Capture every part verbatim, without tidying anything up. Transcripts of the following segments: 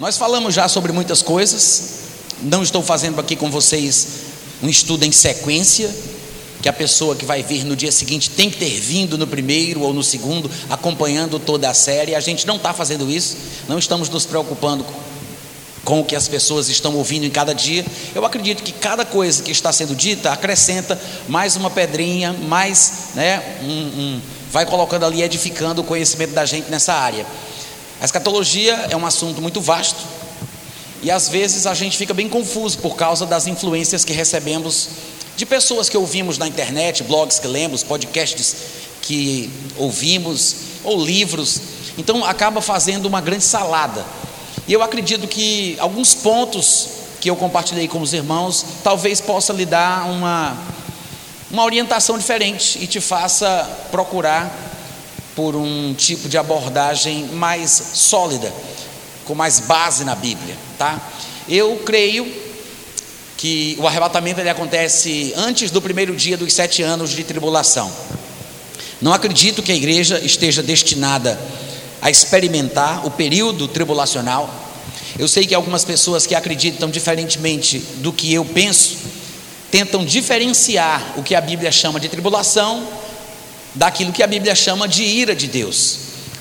Nós falamos já sobre muitas coisas. Não estou fazendo aqui com vocês um estudo em sequência, que a pessoa que vai vir no dia seguinte tem que ter vindo no primeiro ou no segundo, acompanhando toda a série. A gente não está fazendo isso, não estamos nos preocupando com, com o que as pessoas estão ouvindo em cada dia. Eu acredito que cada coisa que está sendo dita acrescenta mais uma pedrinha, mais, né, um, um, vai colocando ali, edificando o conhecimento da gente nessa área. A escatologia é um assunto muito vasto e às vezes a gente fica bem confuso por causa das influências que recebemos de pessoas que ouvimos na internet, blogs que lemos, podcasts que ouvimos, ou livros. Então acaba fazendo uma grande salada. E eu acredito que alguns pontos que eu compartilhei com os irmãos talvez possa lhe dar uma, uma orientação diferente e te faça procurar por um tipo de abordagem mais sólida, com mais base na Bíblia, tá? Eu creio que o arrebatamento ele acontece antes do primeiro dia dos sete anos de tribulação. Não acredito que a igreja esteja destinada a experimentar o período tribulacional. Eu sei que algumas pessoas que acreditam diferentemente do que eu penso, tentam diferenciar o que a Bíblia chama de tribulação daquilo que a Bíblia chama de ira de Deus.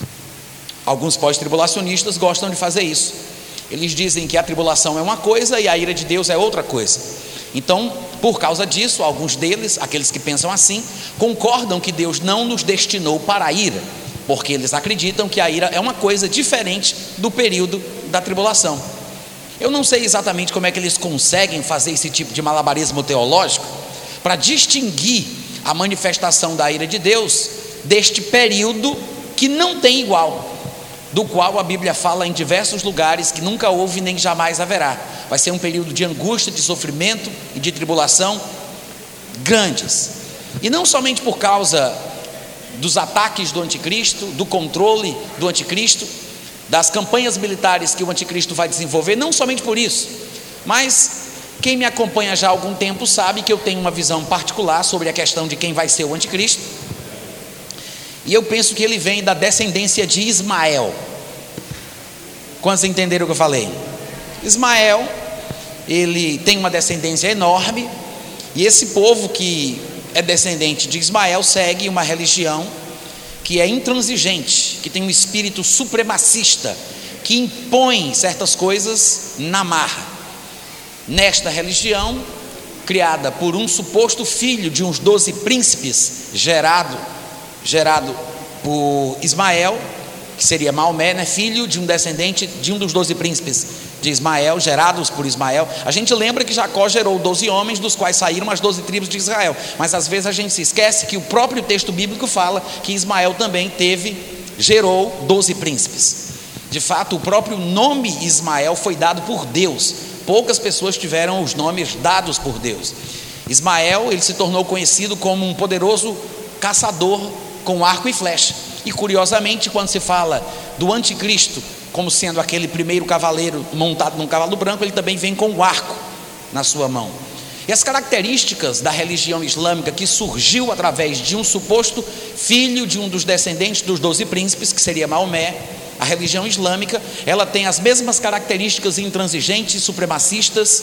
Alguns pós-tribulacionistas gostam de fazer isso. Eles dizem que a tribulação é uma coisa e a ira de Deus é outra coisa. Então, por causa disso, alguns deles, aqueles que pensam assim, concordam que Deus não nos destinou para a ira, porque eles acreditam que a ira é uma coisa diferente do período da tribulação. Eu não sei exatamente como é que eles conseguem fazer esse tipo de malabarismo teológico para distinguir a manifestação da ira de Deus deste período que não tem igual, do qual a Bíblia fala em diversos lugares que nunca houve nem jamais haverá. Vai ser um período de angústia, de sofrimento e de tribulação grandes, e não somente por causa dos ataques do anticristo, do controle do anticristo, das campanhas militares que o anticristo vai desenvolver, não somente por isso, mas quem me acompanha já há algum tempo sabe que eu tenho uma visão particular sobre a questão de quem vai ser o anticristo. E eu penso que ele vem da descendência de Ismael. Quantos entenderam o que eu falei? Ismael, ele tem uma descendência enorme, e esse povo que é descendente de Ismael segue uma religião que é intransigente, que tem um espírito supremacista, que impõe certas coisas na marra. Nesta religião, criada por um suposto filho de uns doze príncipes, gerado gerado por Ismael, que seria Maomé, né? Filho de um descendente de um dos doze príncipes de Ismael, gerados por Ismael. A gente lembra que Jacó gerou doze homens, dos quais saíram as doze tribos de Israel, mas às vezes a gente se esquece que o próprio texto bíblico fala que Ismael também teve, gerou doze príncipes. De fato, o próprio nome Ismael foi dado por Deus. Poucas pessoas tiveram os nomes dados por Deus. Ismael, ele se tornou conhecido como um poderoso caçador com arco e flecha. E curiosamente, quando se fala do anticristo como sendo aquele primeiro cavaleiro montado num cavalo branco, ele também vem com o arco na sua mão. E as características da religião islâmica, que surgiu através de um suposto filho de um dos descendentes dos doze príncipes, que seria Maomé, a religião islâmica, ela tem as mesmas características intransigentes e supremacistas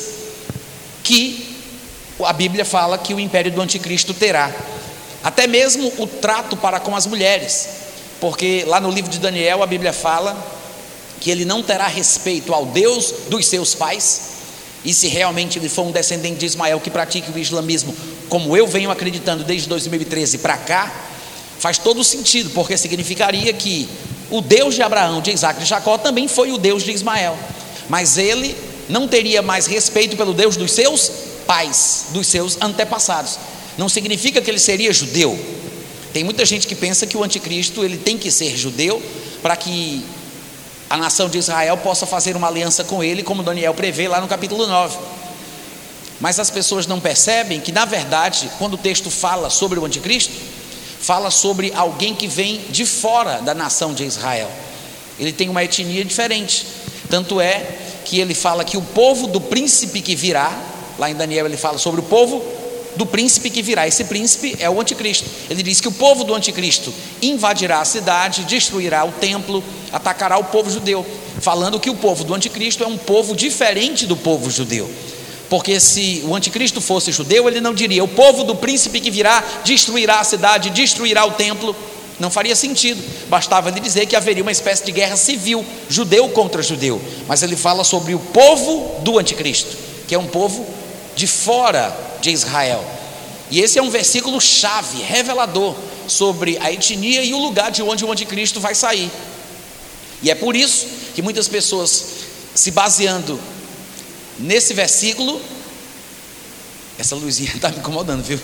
que a Bíblia fala que o império do anticristo terá. Até mesmo o trato para com as mulheres, porque lá no livro de Daniel a Bíblia fala que ele não terá respeito ao Deus dos seus pais, e se realmente ele for um descendente de Ismael que pratique o islamismo, como eu venho acreditando desde dois mil e treze para cá, faz todo sentido, porque significaria que o Deus de Abraão, de Isaac e de Jacó também foi o Deus de Ismael, mas ele não teria mais respeito pelo Deus dos seus pais, dos seus antepassados. Não significa que ele seria judeu. Tem muita gente que pensa que o anticristo ele tem que ser judeu para que a nação de Israel possa fazer uma aliança com ele, como Daniel prevê lá no capítulo nove. Mas as pessoas não percebem que, na verdade, quando o texto fala sobre o anticristo, fala sobre alguém que vem de fora da nação de Israel. Ele tem uma etnia diferente. Tanto é que ele fala que o povo do príncipe que virá, lá em Daniel ele fala sobre o povo do príncipe que virá. Esse príncipe é o anticristo. Ele diz que o povo do anticristo invadirá a cidade, destruirá o templo, atacará o povo judeu. falando que o povo do anticristo é um povo diferente do povo judeu. Porque se o anticristo fosse judeu, ele não diria: o povo do príncipe que virá destruirá a cidade, destruirá o templo. Não faria sentido, bastava ele dizer que haveria uma espécie de guerra civil, judeu contra judeu. Mas ele fala sobre o povo do anticristo, que é um povo de fora de Israel. E esse é um versículo chave, revelador, sobre a etnia e o lugar de onde o anticristo vai sair. E é por isso que muitas pessoas, se baseando nesse versículo, essa luzinha está me incomodando, viu?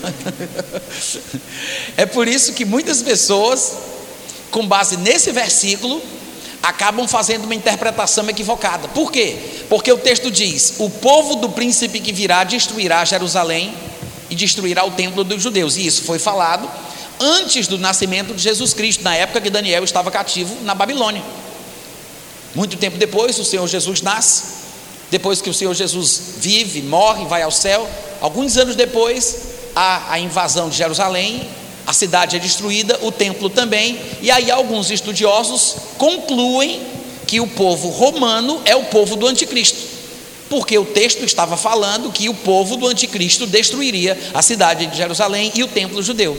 É por isso que muitas pessoas, com base nesse versículo, acabam fazendo uma interpretação equivocada. Por quê? Porque o texto diz: o povo do príncipe que virá destruirá Jerusalém e destruirá o templo dos judeus. E isso foi falado antes do nascimento de Jesus Cristo, na época que Daniel estava cativo na Babilônia. Muito tempo depois, o Senhor Jesus nasce. Depois que o Senhor Jesus vive, morre, vai ao céu, alguns anos depois, há a invasão de Jerusalém, a cidade é destruída, o templo também. E aí alguns estudiosos concluem que o povo romano é o povo do anticristo, porque o texto estava falando que o povo do anticristo destruiria a cidade de Jerusalém e o templo judeu.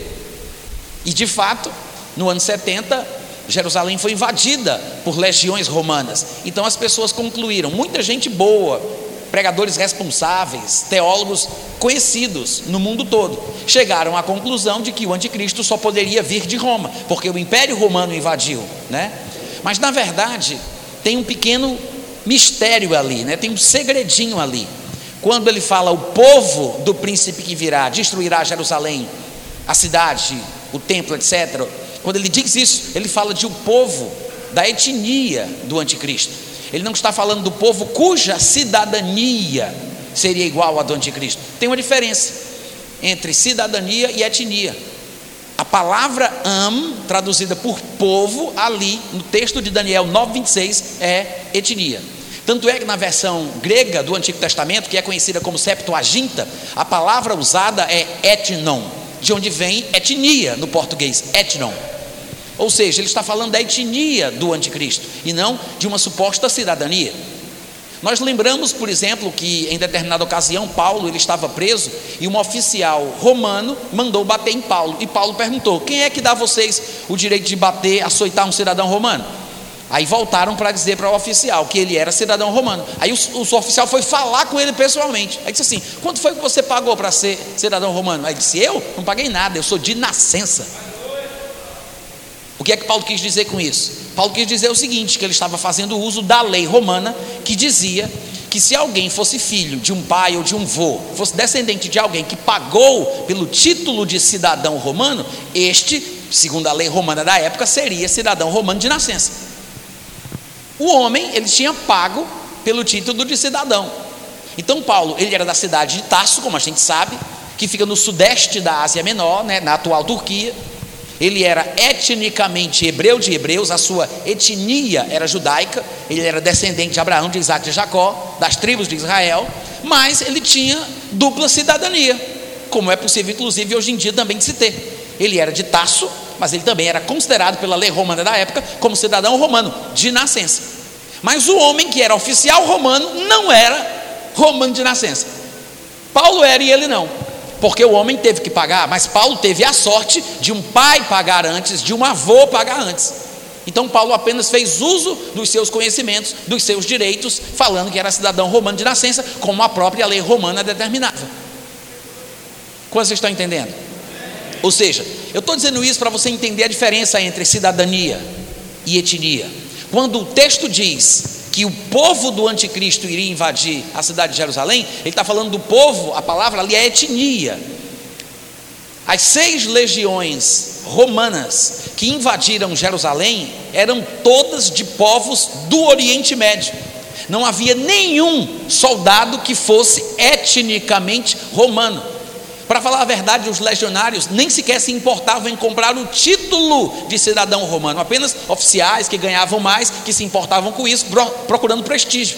E de fato, no ano setenta, Jerusalém foi invadida por legiões romanas. Então as pessoas concluíram, muita gente boa, pregadores responsáveis, teólogos conhecidos no mundo todo, chegaram à conclusão de que o anticristo só poderia vir de Roma, porque o Império Romano invadiu, né? Mas na verdade tem um pequeno mistério ali, né? Tem um segredinho ali. Quando ele fala o povo do príncipe que virá destruirá Jerusalém, a cidade, o templo, etcétera, quando ele diz isso, ele fala de um povo da etnia do anticristo. Ele não está falando do povo cuja cidadania seria igual à do anticristo. Tem uma diferença entre cidadania e etnia. A palavra am, traduzida por povo, ali no texto de Daniel nove, vinte e seis, é etnia. Tanto é que na versão grega do Antigo Testamento, que é conhecida como Septuaginta, a palavra usada é etnon, de onde vem etnia no português, etnon. Ou seja, ele está falando da etnia do anticristo e não de uma suposta cidadania. Nós lembramos, por exemplo, que em determinada ocasião Paulo ele estava preso e um oficial romano mandou bater em Paulo. E Paulo perguntou: quem é que dá a vocês o direito de bater, açoitar um cidadão romano? Aí voltaram para dizer para o oficial que ele era cidadão romano. Aí o, o oficial foi falar com ele pessoalmente. Aí disse assim: quanto foi que você pagou para ser cidadão romano? Aí disse: eu não paguei nada, eu sou de nascença. O que é que Paulo quis dizer com isso? Paulo quis dizer o seguinte, que ele estava fazendo uso da lei romana, que dizia que se alguém fosse filho de um pai ou de um avô, fosse descendente de alguém que pagou pelo título de cidadão romano, este, segundo a lei romana da época, seria cidadão romano de nascença. O homem, ele tinha pago pelo título de cidadão. Então Paulo, ele era da cidade de Tarso, como a gente sabe, que fica no sudeste da Ásia Menor, né, na atual Turquia. Ele era etnicamente hebreu de hebreus, a sua etnia era judaica, ele era descendente de Abraão, de Isaac e de Jacó, das tribos de Israel, mas ele tinha dupla cidadania, como é possível inclusive hoje em dia também de se ter. Ele era de Tarso, mas ele também era considerado pela lei romana da época como cidadão romano de nascença. Mas o homem que era oficial romano não era romano de nascença. Paulo era e ele não, porque o homem teve que pagar, mas Paulo teve a sorte de um pai pagar antes, de um avô pagar antes. Então Paulo apenas fez uso dos seus conhecimentos, dos seus direitos, falando que era cidadão romano de nascença, como a própria lei romana determinava. Como vocês estão entendendo? Ou seja, eu estou dizendo isso para você entender a diferença entre cidadania e etnia. Quando o texto diz que o povo do anticristo iria invadir a cidade de Jerusalém, ele está falando do povo, a palavra ali é etnia. As seis legiões romanas que invadiram Jerusalém eram todas de povos do Oriente Médio. Não havia nenhum soldado que fosse etnicamente romano. Para falar a verdade, os legionários nem sequer se importavam em comprar o título de cidadão romano, apenas oficiais que ganhavam mais, que se importavam com isso, procurando prestígio.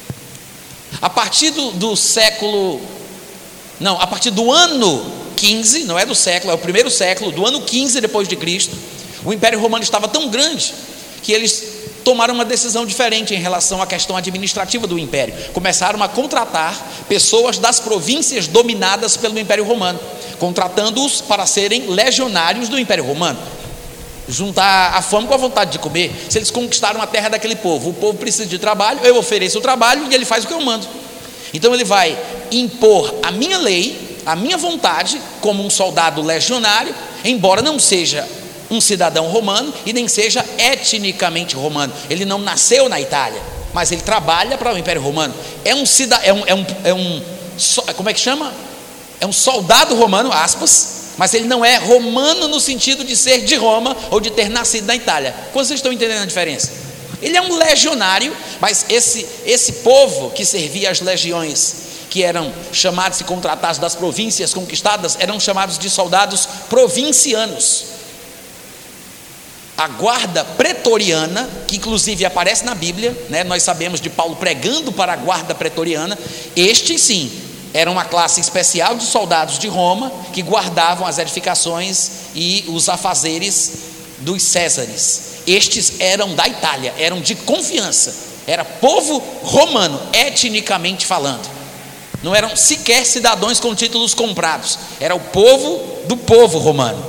A partir do, do século, não, a partir do ano quinze, não é do século, é o primeiro século, do ano quinze depois de Cristo, o Império Romano estava tão grande que eles tomaram uma decisão diferente em relação à questão administrativa do império. Começaram a contratar pessoas das províncias dominadas pelo Império Romano, contratando-os para serem legionários do Império Romano. Juntar a fome com a vontade de comer. Se eles conquistaram a terra daquele povo, o povo precisa de trabalho, eu ofereço o trabalho e ele faz o que eu mando. Então ele vai impor a minha lei, a minha vontade, como um soldado legionário, embora não seja um cidadão romano e nem seja etnicamente romano. Ele não nasceu na Itália, mas ele trabalha para o Império Romano. É um cidadão, é um, é um, é um, como é que chama? É um soldado romano, aspas, mas ele não é romano no sentido de ser de Roma ou de ter nascido na Itália. Vocês estão entendendo a diferença? Ele é um legionário, mas esse, esse povo que servia as legiões, que eram chamados e contratados das províncias conquistadas, eram chamados de soldados provincianos. A guarda pretoriana, que inclusive aparece na Bíblia, né? Nós sabemos de Paulo pregando para a guarda pretoriana. Estes sim, era uma classe especial de soldados de Roma, que guardavam as edificações e os afazeres dos Césares. Estes eram da Itália, eram de confiança, era povo romano, etnicamente falando. Não eram sequer cidadãos com títulos comprados, era o povo do povo romano.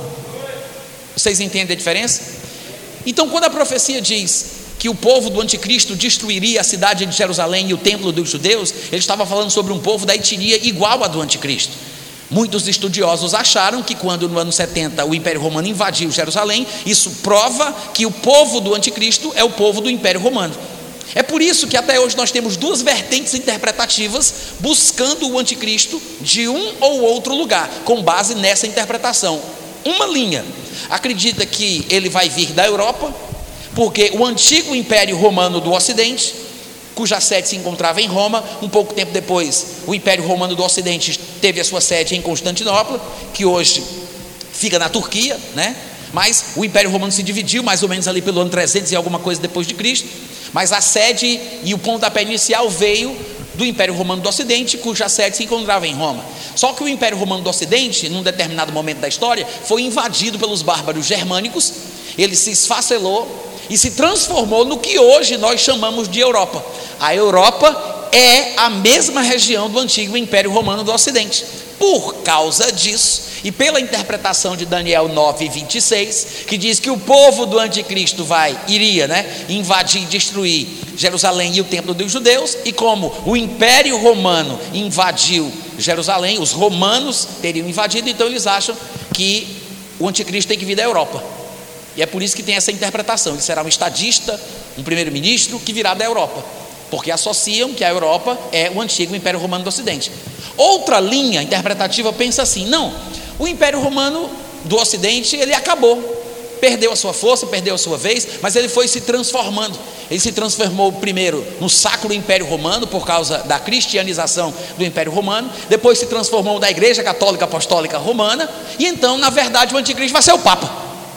Vocês entendem a diferença? Então, quando a profecia diz que o povo do anticristo destruiria a cidade de Jerusalém e o templo dos judeus, ele estava falando sobre um povo da etnia igual a do anticristo. Muitos estudiosos acharam que quando no ano setenta o Império Romano invadiu Jerusalém, isso prova que o povo do anticristo é o povo do Império Romano. É por isso que até hoje nós temos duas vertentes interpretativas buscando o anticristo de um ou outro lugar, com base nessa interpretação. Uma linha acredita que ele vai vir da Europa, porque o antigo Império Romano do Ocidente, cuja sede se encontrava em Roma, um pouco tempo depois o Império Romano do Ocidente teve a sua sede em Constantinopla, que hoje fica na Turquia, né? Mas o Império Romano se dividiu mais ou menos ali pelo ano trezentos e alguma coisa depois de Cristo, mas a sede e o pontapé inicial veio do Império Romano do Ocidente, cuja sede se encontrava em Roma. Só que o Império Romano do Ocidente, num determinado momento da história, foi invadido pelos bárbaros germânicos, ele se esfacelou e se transformou no que hoje nós chamamos de Europa. A Europa é a mesma região do antigo Império Romano do Ocidente. Por causa disso, e pela interpretação de Daniel nove, vinte e seis, que diz que o povo do anticristo vai, iria, né, invadir e destruir Jerusalém e o templo dos judeus, e como o Império Romano invadiu Jerusalém, os romanos teriam invadido, então eles acham que o anticristo tem que vir da Europa. E é por isso que tem essa interpretação, ele será um estadista, um primeiro-ministro que virá da Europa, porque associam que a Europa é o antigo Império Romano do Ocidente. Outra linha interpretativa pensa assim: não, o Império Romano do Ocidente, ele acabou, perdeu a sua força, perdeu a sua vez, mas ele foi se transformando. Ele se transformou primeiro no Sacro Império Romano, por causa da cristianização do Império Romano, depois se transformou na Igreja Católica Apostólica Romana, e então, na verdade, o anticristo vai ser o Papa.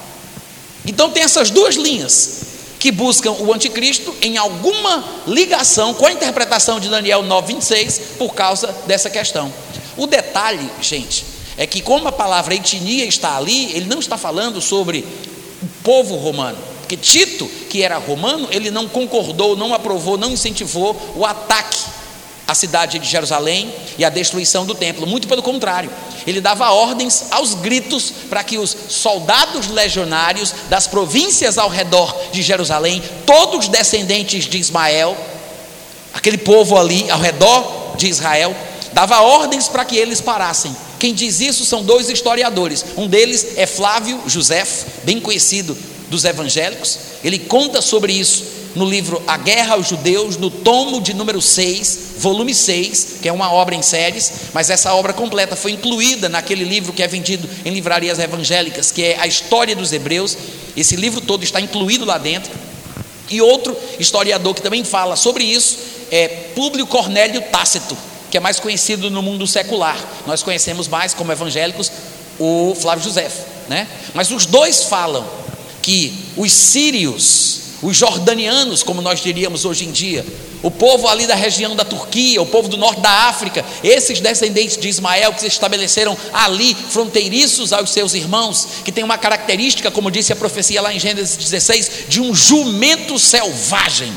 Então tem essas duas linhas que buscam o anticristo em alguma ligação com a interpretação de Daniel nove, vinte e seis, por causa dessa questão. O detalhe, gente, é que como a palavra etnia está ali, ele não está falando sobre o povo romano, porque Tito, que era romano, ele não concordou, não aprovou, não incentivou o ataque à cidade de Jerusalém e a destruição do templo, muito pelo contrário, ele dava ordens aos gritos para que os soldados legionários das províncias ao redor de Jerusalém, todos descendentes de Ismael, aquele povo ali ao redor de Israel, dava ordens para que eles parassem. Quem diz isso são dois historiadores, um deles é Flávio Josefo, bem conhecido dos evangélicos. Ele conta sobre isso no livro A Guerra aos Judeus, no tomo de número seis, volume seis, que é uma obra em séries, mas essa obra completa foi incluída naquele livro que é vendido em livrarias evangélicas, que é a História dos Hebreus. Esse livro todo está incluído lá dentro. E outro historiador que também fala sobre isso é Públio Cornélio Tácito, que é mais conhecido no mundo secular. Nós conhecemos mais como evangélicos o Flávio Josefo, né? Mas os dois falam que os sírios, os jordanianos, como nós diríamos hoje em dia, o povo ali da região da Turquia, o povo do norte da África, esses descendentes de Ismael que se estabeleceram ali, fronteiriços aos seus irmãos, que tem uma característica, como disse a profecia lá em Gênesis dezesseis, de um jumento selvagem,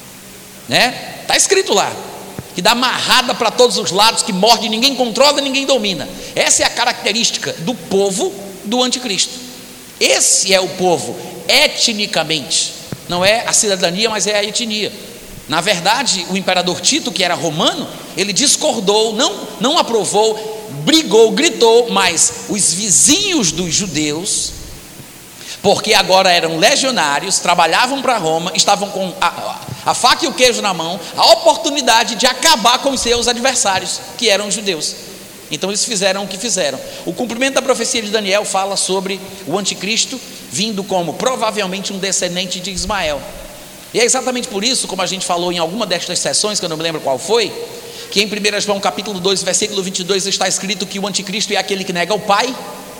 né? Está escrito lá, que dá amarrada para todos os lados, que morde, ninguém controla, ninguém domina. Essa é a característica do povo do anticristo. Esse é o povo etnicamente, não é a cidadania, mas é a etnia. Na verdade, o imperador Tito, que era romano, ele discordou, não, não aprovou, brigou, gritou, mas os vizinhos dos judeus, porque agora eram legionários, trabalhavam para Roma, estavam com a, a faca e o queijo na mão, a oportunidade de acabar com os seus adversários, que eram os judeus. Então eles fizeram o que fizeram. O cumprimento da profecia de Daniel fala sobre o anticristo vindo como provavelmente um descendente de Ismael. E é exatamente por isso, como a gente falou em alguma destas sessões, que eu não me lembro qual foi, que em primeiro João capítulo dois, versículo vinte e dois, está escrito que o anticristo é aquele que nega o pai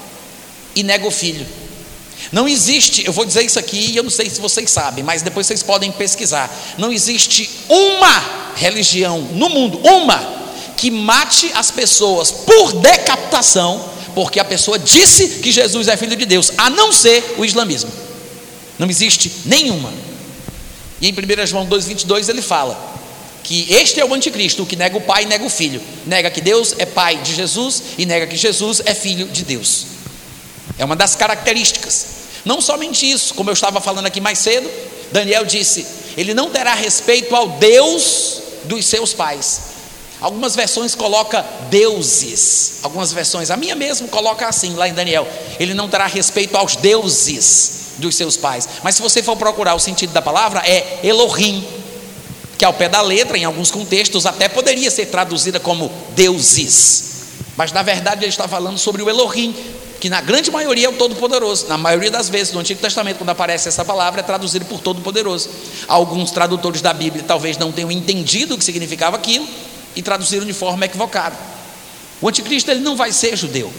e nega o filho. Não existe, eu vou dizer isso aqui e eu não sei se vocês sabem, mas depois vocês podem pesquisar, não existe uma religião no mundo, uma, que mate as pessoas por decapitação, porque a pessoa disse que Jesus é filho de Deus, a não ser o islamismo. Não existe nenhuma. E em primeiro João dois, vinte e dois ele fala que este é o anticristo, o que nega o pai e nega o filho, nega que Deus é pai de Jesus e nega que Jesus é filho de Deus. É uma das características. Não somente isso, como eu estava falando aqui mais cedo, Daniel disse, ele não terá respeito ao Deus dos seus pais. Algumas versões colocam deuses, algumas versões, a minha mesmo coloca assim lá em Daniel, ele não terá respeito aos deuses dos seus pais. Mas se você for procurar o sentido da palavra, é Elohim, que ao pé da letra, em alguns contextos, até poderia ser traduzida como deuses, mas na verdade ele está falando sobre o Elohim, que na grande maioria é o Todo-Poderoso. Na maioria das vezes no Antigo Testamento, quando aparece essa palavra, é traduzido por Todo-Poderoso. Alguns tradutores da Bíblia talvez não tenham entendido o que significava aquilo e traduziram de forma equivocada. O anticristo ele não vai ser judeu,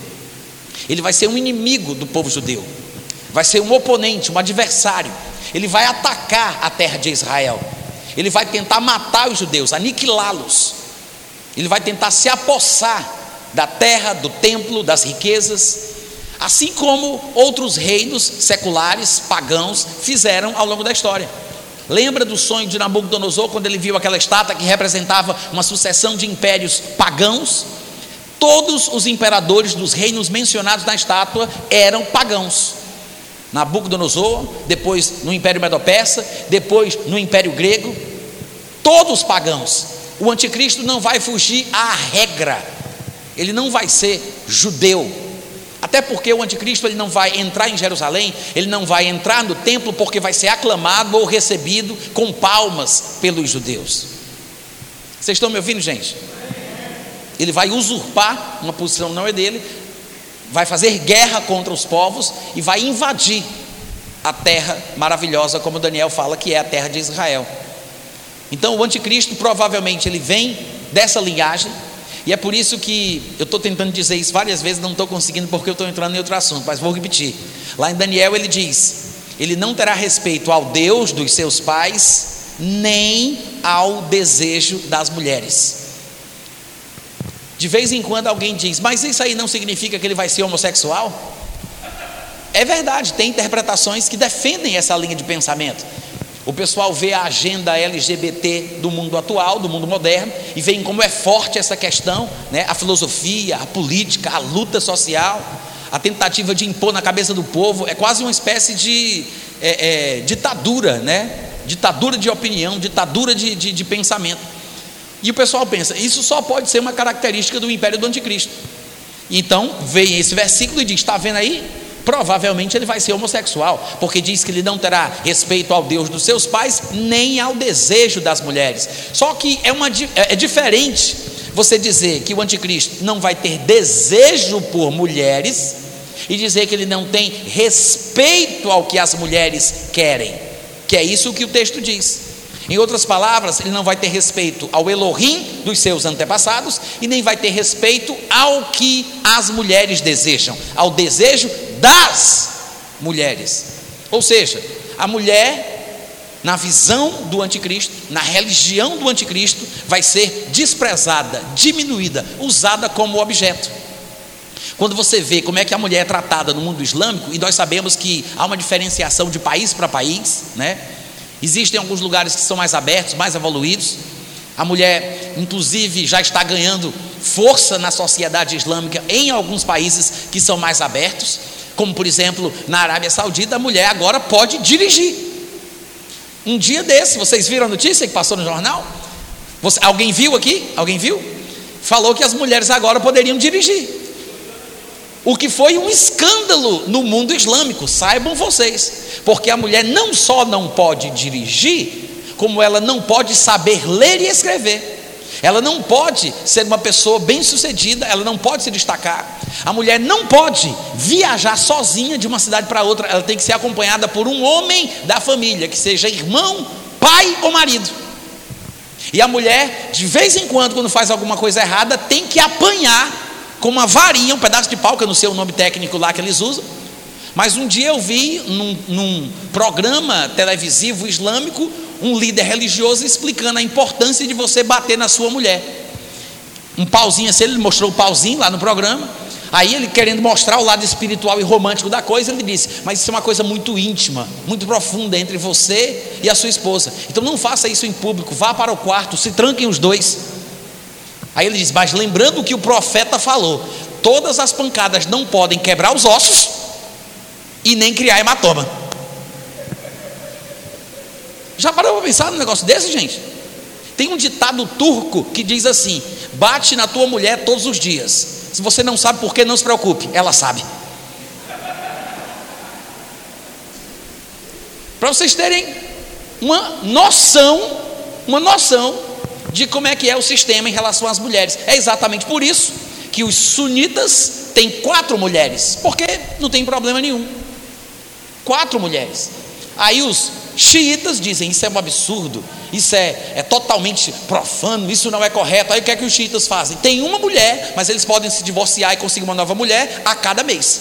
ele vai ser um inimigo do povo judeu, vai ser um oponente, um adversário. Ele vai atacar a terra de Israel, ele vai tentar matar os judeus, aniquilá-los, ele vai tentar se apossar da terra, do templo, das riquezas, assim como outros reinos seculares, pagãos, fizeram ao longo da história. Lembra do sonho de Nabucodonosor, quando ele viu aquela estátua que representava uma sucessão de impérios pagãos? Todos os imperadores dos reinos mencionados na estátua eram pagãos. Nabucodonosor, depois no Império Medo-Persa, depois no Império Grego, todos pagãos. O anticristo não vai fugir à regra, ele não vai ser judeu, até porque o anticristo ele não vai entrar em Jerusalém, ele não vai entrar no templo porque vai ser aclamado ou recebido com palmas pelos judeus. Vocês estão me ouvindo, gente? Ele vai usurpar uma posição não é dele, vai fazer guerra contra os povos e vai invadir a terra maravilhosa, como Daniel fala que é a terra de Israel. Então o anticristo provavelmente ele vem dessa linhagem. E é por isso que eu estou tentando dizer isso várias vezes, não estou conseguindo porque eu estou entrando em outro assunto, mas vou repetir. Lá em Daniel ele diz, ele não terá respeito ao Deus dos seus pais, nem ao desejo das mulheres. De vez em quando alguém diz, mas isso aí não significa que ele vai ser homossexual? É verdade, tem interpretações que defendem essa linha de pensamento. O pessoal vê a agenda L G B T do mundo atual, do mundo moderno, e vê como é forte essa questão, né? A filosofia, a política, a luta social, a tentativa de impor na cabeça do povo, é quase uma espécie de é, é, ditadura, né? Ditadura de opinião, ditadura de, de, de pensamento. E o pessoal pensa, isso só pode ser uma característica do império do anticristo. Então vem esse versículo e diz, está vendo aí? Provavelmente ele vai ser homossexual, porque diz que ele não terá respeito ao Deus dos seus pais, nem ao desejo das mulheres. Só que é, uma, é diferente você dizer que o anticristo não vai ter desejo por mulheres e dizer que ele não tem respeito ao que as mulheres querem, que é isso que o texto diz. Em outras palavras, ele não vai ter respeito ao Elohim dos seus antepassados e nem vai ter respeito ao que as mulheres desejam, ao desejo das mulheres. Ou seja, a mulher na visão do anticristo, na religião do anticristo, vai ser desprezada, diminuída, usada como objeto. Quando você vê como é que a mulher é tratada no mundo islâmico, e nós sabemos que há uma diferenciação de país para país, né? Existem alguns lugares que são mais abertos, mais evoluídos. A mulher, inclusive, já está ganhando força na sociedade islâmica em alguns países que são mais abertos, como por exemplo na Arábia Saudita, a mulher agora pode dirigir. Um dia desse, vocês viram a notícia que passou no jornal? Você, alguém viu aqui? Alguém viu? Falou que as mulheres agora poderiam dirigir, o que foi um escândalo no mundo islâmico, saibam vocês, porque a mulher não só não pode dirigir, como ela não pode saber ler e escrever. Ela não pode ser uma pessoa bem sucedida, ela não pode se destacar. A mulher não pode viajar sozinha de uma cidade para outra, ela tem que ser acompanhada por um homem da família, que seja irmão, pai ou marido. E a mulher, de vez em quando, quando faz alguma coisa errada, tem que apanhar com uma varinha, um pedaço de pau, que eu não sei o nome técnico lá que eles usam. Mas um dia eu vi num, num programa televisivo islâmico um líder religioso explicando a importância de você bater na sua mulher. Um pauzinho assim, ele mostrou o pauzinho lá no programa. Aí ele, querendo mostrar o lado espiritual e romântico da coisa, ele disse: mas isso é uma coisa muito íntima, muito profunda entre você e a sua esposa, então não faça isso em público, vá para o quarto, se tranquem os dois. Aí ele diz: mas lembrando o que o profeta falou, todas as pancadas não podem quebrar os ossos e nem criar hematoma. Já parou para pensar num negócio desse, gente? Tem um ditado turco que diz assim: bate na tua mulher todos os dias. Se você não sabe por que, não se preocupe, ela sabe. Para vocês terem uma noção, uma noção de como é que é o sistema em relação às mulheres. É exatamente por isso que os sunitas têm quatro mulheres, porque não tem problema nenhum. Quatro mulheres. Aí os xiitas dizem: isso é um absurdo, isso é, é totalmente profano, isso não é correto. Aí o que é que os xiitas fazem? Tem uma mulher, mas eles podem se divorciar e conseguir uma nova mulher a cada mês.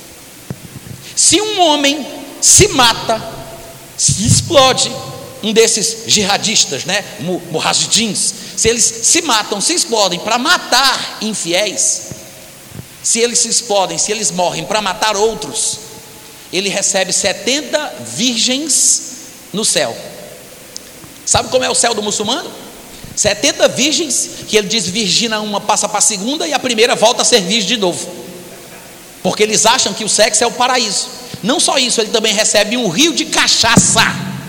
Se um homem se mata, se explode, um desses jihadistas, né, mujahidins, se eles se matam, se explodem para matar infiéis, se eles se explodem, se eles morrem para matar outros, ele recebe setenta virgens no céu. Sabe como é o céu do muçulmano? setenta virgens, que ele diz: virgina uma, passa para a segunda, e a primeira volta a ser virgem de novo, porque eles acham que o sexo é o paraíso. Não só isso, ele também recebe um rio de cachaça,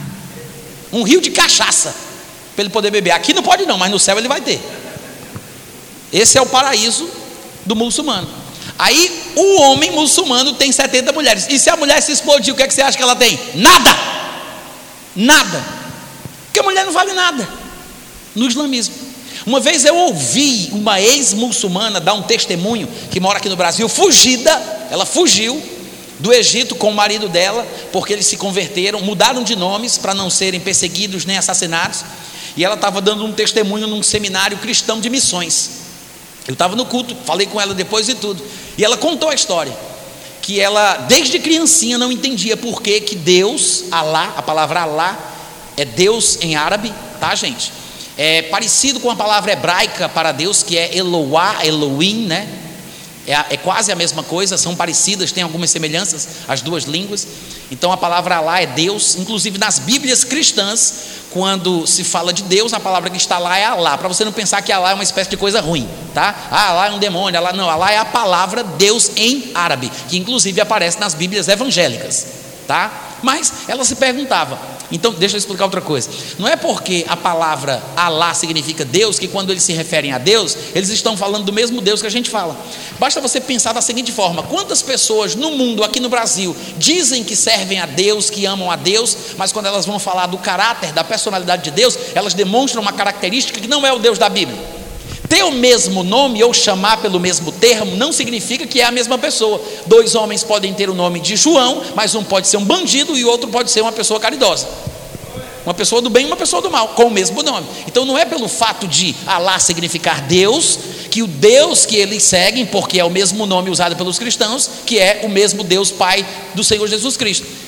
um rio de cachaça, para ele poder beber. Aqui não pode não, mas no céu ele vai ter. Esse é o paraíso do muçulmano. Aí o homem muçulmano tem setenta mulheres, e se a mulher se explodir, o que é que você acha que ela tem? Nada, nada, porque a mulher não vale nada no islamismo. Uma vez eu ouvi uma ex-muçulmana dar um testemunho, que mora aqui no Brasil, fugida, ela fugiu do Egito com o marido dela, porque eles se converteram, mudaram de nomes para não serem perseguidos nem assassinados, e ela estava dando um testemunho num seminário cristão de missões. Eu estava no culto, falei com ela depois e tudo, e ela contou a história, que ela desde criancinha não entendia por que que Deus, Alá, a palavra Alá é Deus em árabe, tá, gente? É parecido com a palavra hebraica para Deus, que é Eloá, Elohim, né? É, é quase a mesma coisa, são parecidas, tem algumas semelhanças as duas línguas. Então a palavra Alá é Deus. Inclusive nas Bíblias cristãs, quando se fala de Deus, a palavra que está lá é Alá, para você não pensar que Alá é uma espécie de coisa ruim, tá? Ah, Alá é um demônio, Alá não, Alá é a palavra Deus em árabe, que inclusive aparece nas Bíblias evangélicas, tá? Mas ela se perguntava, então deixa eu explicar outra coisa, não é porque a palavra Alá significa Deus, que quando eles se referem a Deus, eles estão falando do mesmo Deus que a gente fala. Basta você pensar da seguinte forma: quantas pessoas no mundo, aqui no Brasil, dizem que servem a Deus, que amam a Deus, mas quando elas vão falar do caráter, da personalidade de Deus, elas demonstram uma característica que não é o Deus da Bíblia. Ter o mesmo nome ou chamar pelo mesmo termo não significa que é a mesma pessoa. Dois homens podem ter o nome de João, mas um pode ser um bandido e o outro pode ser uma pessoa caridosa, uma pessoa do bem e uma pessoa do mal, com o mesmo nome. Então não é pelo fato de Alá significar Deus, que o Deus que eles seguem, porque é o mesmo nome usado pelos cristãos, que é o mesmo Deus Pai do Senhor Jesus Cristo.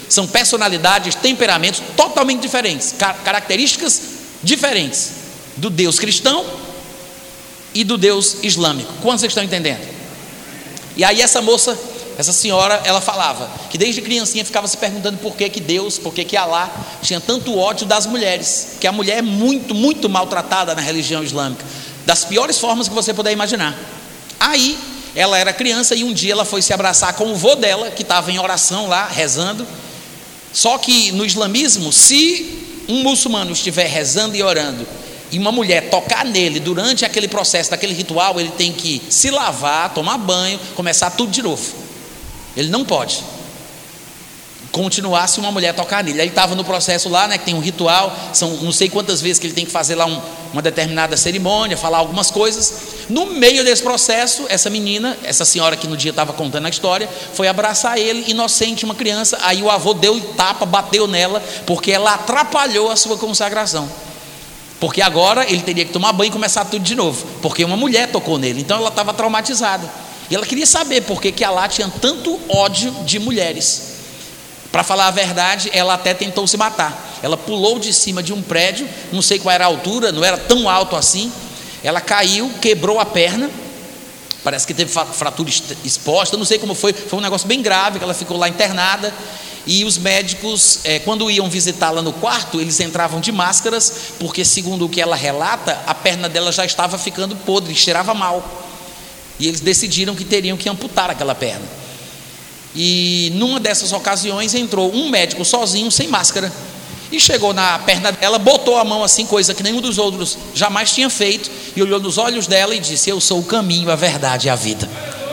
São personalidades, temperamentos totalmente diferentes, características diferentes do Deus cristão e do Deus islâmico. Quantos vocês estão entendendo? E aí essa moça, essa senhora, ela falava que desde criancinha ficava se perguntando por que que Deus, por que que Alá tinha tanto ódio das mulheres, que a mulher é muito, muito maltratada na religião islâmica, das piores formas que você puder imaginar. Aí ela era criança e um dia ela foi se abraçar com o vô dela, que estava em oração lá, rezando. Só que no islamismo, se um muçulmano estiver rezando e orando e uma mulher tocar nele durante aquele processo, daquele ritual, ele tem que se lavar, tomar banho, começar tudo de novo. Ele não pode continuar se uma mulher tocar nele. Aí ele estava no processo lá, né, que tem um ritual, são não sei quantas vezes que ele tem que fazer lá um, uma determinada cerimônia, falar algumas coisas. No meio desse processo, essa menina, essa senhora que no dia estava contando a história, foi abraçar ele, inocente, uma criança. Aí o avô deu tapa, bateu nela, porque ela atrapalhou a sua consagração. Porque agora ele teria que tomar banho e começar tudo de novo, porque uma mulher tocou nele. Então ela estava traumatizada. E ela queria saber por que que Alá tinha tanto ódio de mulheres. Para falar a verdade, ela até tentou se matar. Ela pulou de cima de um prédio, não sei qual era a altura, não era tão alto assim. Ela caiu, quebrou a perna, parece que teve fratura exposta, não sei como foi. Foi um negócio bem grave, que ela ficou lá internada. E os médicos, é, quando iam visitá-la no quarto, eles entravam de máscaras, porque segundo o que ela relata, a perna dela já estava ficando podre, cheirava mal. E eles decidiram que teriam que amputar aquela perna. E numa dessas ocasiões entrou um médico sozinho, sem máscara, e chegou na perna dela, botou a mão assim, coisa que nenhum dos outros jamais tinha feito, e olhou nos olhos dela e disse: eu sou o caminho, a verdade e a vida.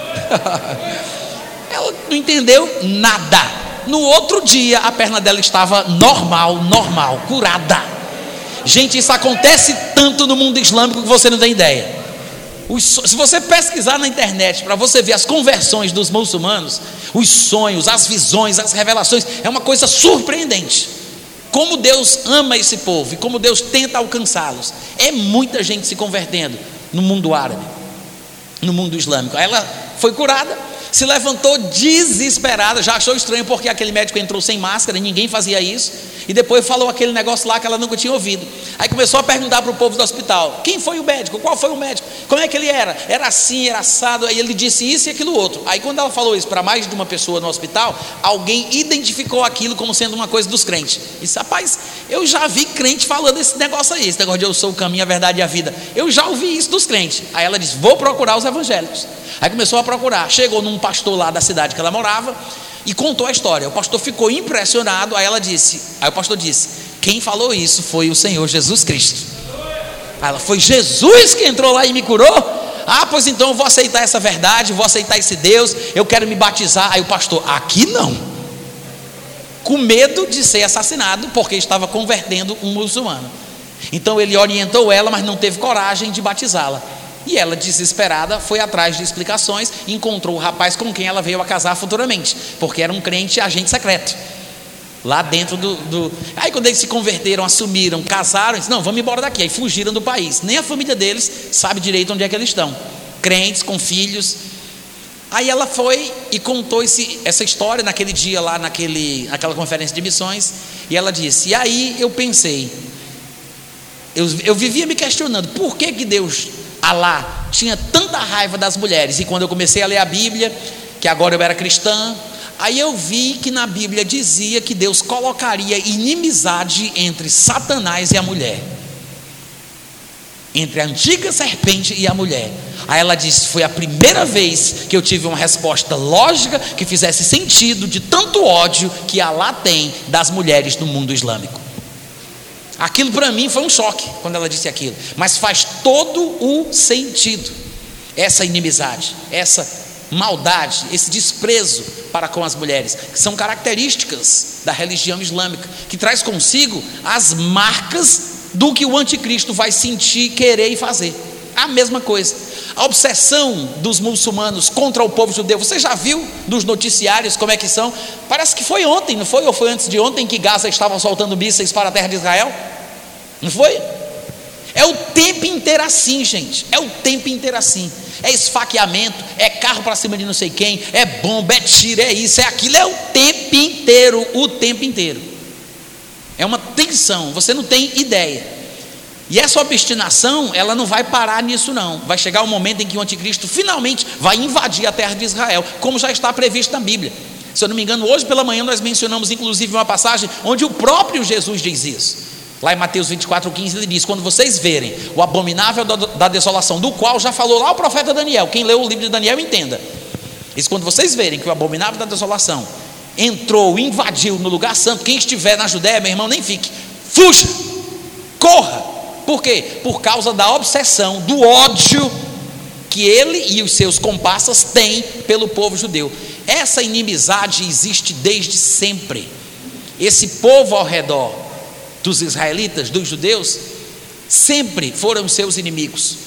Ela não entendeu nada. No outro dia a perna dela estava normal, normal, curada. Gente, isso acontece tanto no mundo islâmico que você não tem ideia. Os, se você pesquisar na internet para você ver as conversões dos muçulmanos, os sonhos, as visões, as revelações, é uma coisa surpreendente. Como Deus ama esse povo e como Deus tenta alcançá-los. É muita gente se convertendo no mundo árabe, no mundo islâmico. Ela foi curada, se levantou desesperada, já achou estranho porque aquele médico entrou sem máscara, ninguém fazia isso, e depois falou aquele negócio lá que ela nunca tinha ouvido. Aí começou a perguntar para o povo do hospital: quem foi o médico? Qual foi o médico? Como é que ele era? Era assim, era assado. Aí ele disse isso e aquilo outro. Aí quando ela falou isso para mais de uma pessoa no hospital, alguém identificou aquilo como sendo uma coisa dos crentes. E disse: rapaz, eu já vi crente falando esse negócio aí, esse negócio de eu sou o caminho, a verdade e a vida. Eu já ouvi isso dos crentes. Aí ela disse: vou procurar os evangélicos. Aí começou a procurar, chegou num pastor lá da cidade que ela morava e contou a história. O pastor ficou impressionado. Aí ela disse, aí o pastor disse: quem falou isso foi o Senhor Jesus Cristo. Aí ela: foi Jesus que entrou lá e me curou? Ah, pois então eu vou aceitar essa verdade, vou aceitar esse Deus, eu quero me batizar. Aí o pastor: aqui não, com medo de ser assassinado, porque estava convertendo um muçulmano. Então ele orientou ela, mas não teve coragem de batizá-la. E ela, desesperada, foi atrás de explicações e encontrou o rapaz com quem ela veio a casar futuramente, porque era um crente agente secreto lá dentro do, do... Aí quando eles se converteram, assumiram, casaram, disse: não, vamos embora daqui. Aí fugiram do país. Nem a família deles sabe direito onde é que eles estão. Crentes com filhos. Aí ela foi e contou esse, essa história naquele dia lá, naquele, naquela conferência de missões. E ela disse: e aí eu pensei, eu, eu vivia me questionando, por que que Deus, Alá, tinha tanta raiva das mulheres? E quando eu comecei a ler a Bíblia, que agora eu era cristã, aí eu vi que na Bíblia dizia que Deus colocaria inimizade entre Satanás e a mulher, entre a antiga serpente e a mulher. Aí ela disse: foi a primeira vez que eu tive uma resposta lógica que fizesse sentido de tanto ódio que Alá tem das mulheres no mundo islâmico. Aquilo para mim foi um choque quando ela disse aquilo, mas faz todo o sentido. Essa inimizade, essa maldade, esse desprezo para com as mulheres, que são características da religião islâmica, que traz consigo as marcas do que o anticristo vai sentir, querer e fazer. A mesma coisa, a obsessão dos muçulmanos contra o povo judeu. Você já viu nos noticiários como é que são? Parece que foi ontem, não foi? Ou foi antes de ontem que Gaza estava soltando mísseis para a terra de Israel? Não foi? É o tempo inteiro assim, gente. É o tempo inteiro assim. É esfaqueamento, é carro para cima de não sei quem, é bomba, é tiro, é isso, é aquilo. É o tempo inteiro, o tempo inteiro. É uma tensão, você não tem ideia. E essa obstinação, ela não vai parar nisso não. Vai chegar um momento em que o anticristo finalmente vai invadir a terra de Israel, como já está previsto na Bíblia. Se eu não me engano, hoje pela manhã nós mencionamos inclusive uma passagem onde o próprio Jesus diz isso. Lá em Mateus vinte e quatro, quinze, ele diz: quando vocês verem o abominável da desolação, do qual já falou lá o profeta Daniel, quem leu o livro de Daniel entenda. Diz: quando vocês verem que o abominável da desolação entrou, invadiu no lugar santo, quem estiver na Judéia, meu irmão, nem fique, fuja, corra. Por quê? Por causa da obsessão, do ódio que ele e os seus comparsas têm pelo povo judeu. Essa inimizade existe desde sempre. Esse povo ao redor dos israelitas, dos judeus, sempre foram seus inimigos.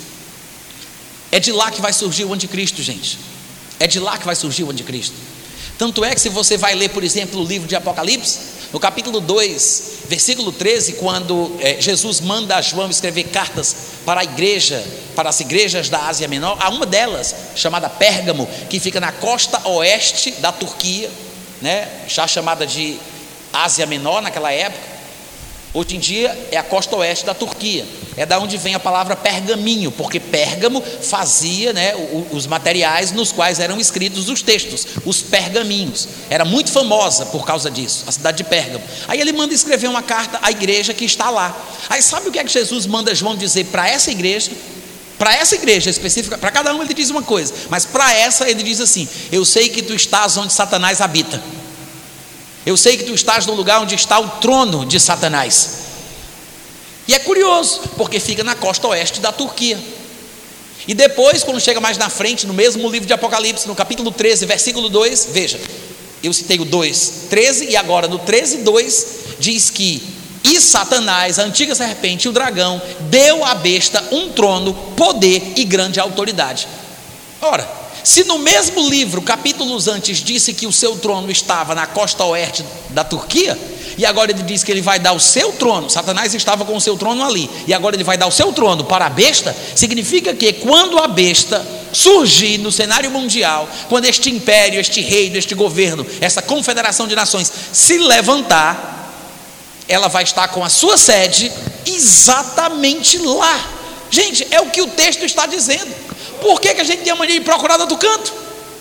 É de lá que vai surgir o anticristo, gente. É de lá que vai surgir o anticristo. Tanto é que se você vai ler, por exemplo, o livro de Apocalipse, no capítulo dois, versículo treze, quando é, Jesus manda a João escrever cartas para a igreja, para as igrejas da Ásia Menor, há uma delas, chamada Pérgamo, que fica na costa oeste da Turquia, né, já chamada de Ásia Menor naquela época. Hoje em dia é a costa oeste da Turquia. É da onde vem a palavra pergaminho, porque Pérgamo fazia, né, os materiais nos quais eram escritos os textos, os pergaminhos. Era muito famosa por causa disso, a cidade de Pérgamo. Aí ele manda escrever uma carta à igreja que está lá. Aí sabe o que é que Jesus manda João dizer para essa igreja? Para essa igreja específica, para cada um ele diz uma coisa, mas para essa ele diz assim: eu sei que tu estás onde Satanás habita. Eu sei que tu estás no lugar onde está o trono de Satanás. E é curioso, porque fica na costa oeste da Turquia. E depois, quando chega mais na frente, no mesmo livro de Apocalipse, no capítulo treze, versículo dois, veja, eu citei o dois, treze, e agora no treze, dois, diz que: e Satanás, a antiga serpente, o dragão, deu à besta um trono, poder e grande autoridade. Ora, se no mesmo livro, capítulos antes, disse que o seu trono estava na costa oeste da Turquia, e agora ele diz que ele vai dar o seu trono, Satanás estava com o seu trono ali, e agora ele vai dar o seu trono para a besta, significa que quando a besta surgir no cenário mundial, quando este império, este reino, este governo, essa confederação de nações se levantar, ela vai estar com a sua sede exatamente lá. Gente, é o que o texto está dizendo. Por que que a gente tem a mania de procurar do outro canto?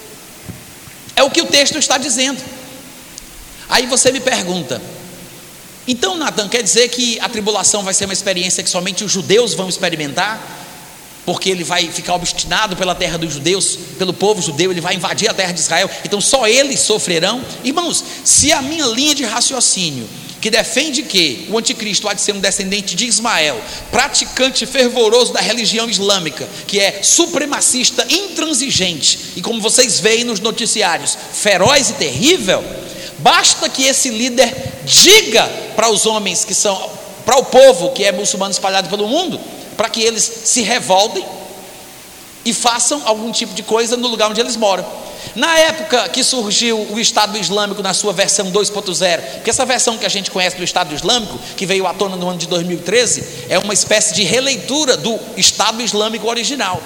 É o que o texto está dizendo. Aí você me pergunta: então, Natan, quer dizer que a tribulação vai ser uma experiência que somente os judeus vão experimentar? Porque ele vai ficar obstinado pela terra dos judeus, pelo povo judeu, ele vai invadir a terra de Israel, então só eles sofrerão? Irmãos, se a minha linha de raciocínio, que defende que o anticristo há de ser um descendente de Ismael, praticante fervoroso da religião islâmica, que é supremacista, intransigente, e como vocês veem nos noticiários, feroz e terrível, basta que esse líder diga para os homens que são, para o povo que é muçulmano espalhado pelo mundo, para que eles se revoltem e façam algum tipo de coisa no lugar onde eles moram. Na época que surgiu o Estado Islâmico na sua versão dois ponto zero, porque essa versão que a gente conhece do Estado Islâmico, que veio à tona no ano de dois mil e treze, é uma espécie de releitura do Estado Islâmico original.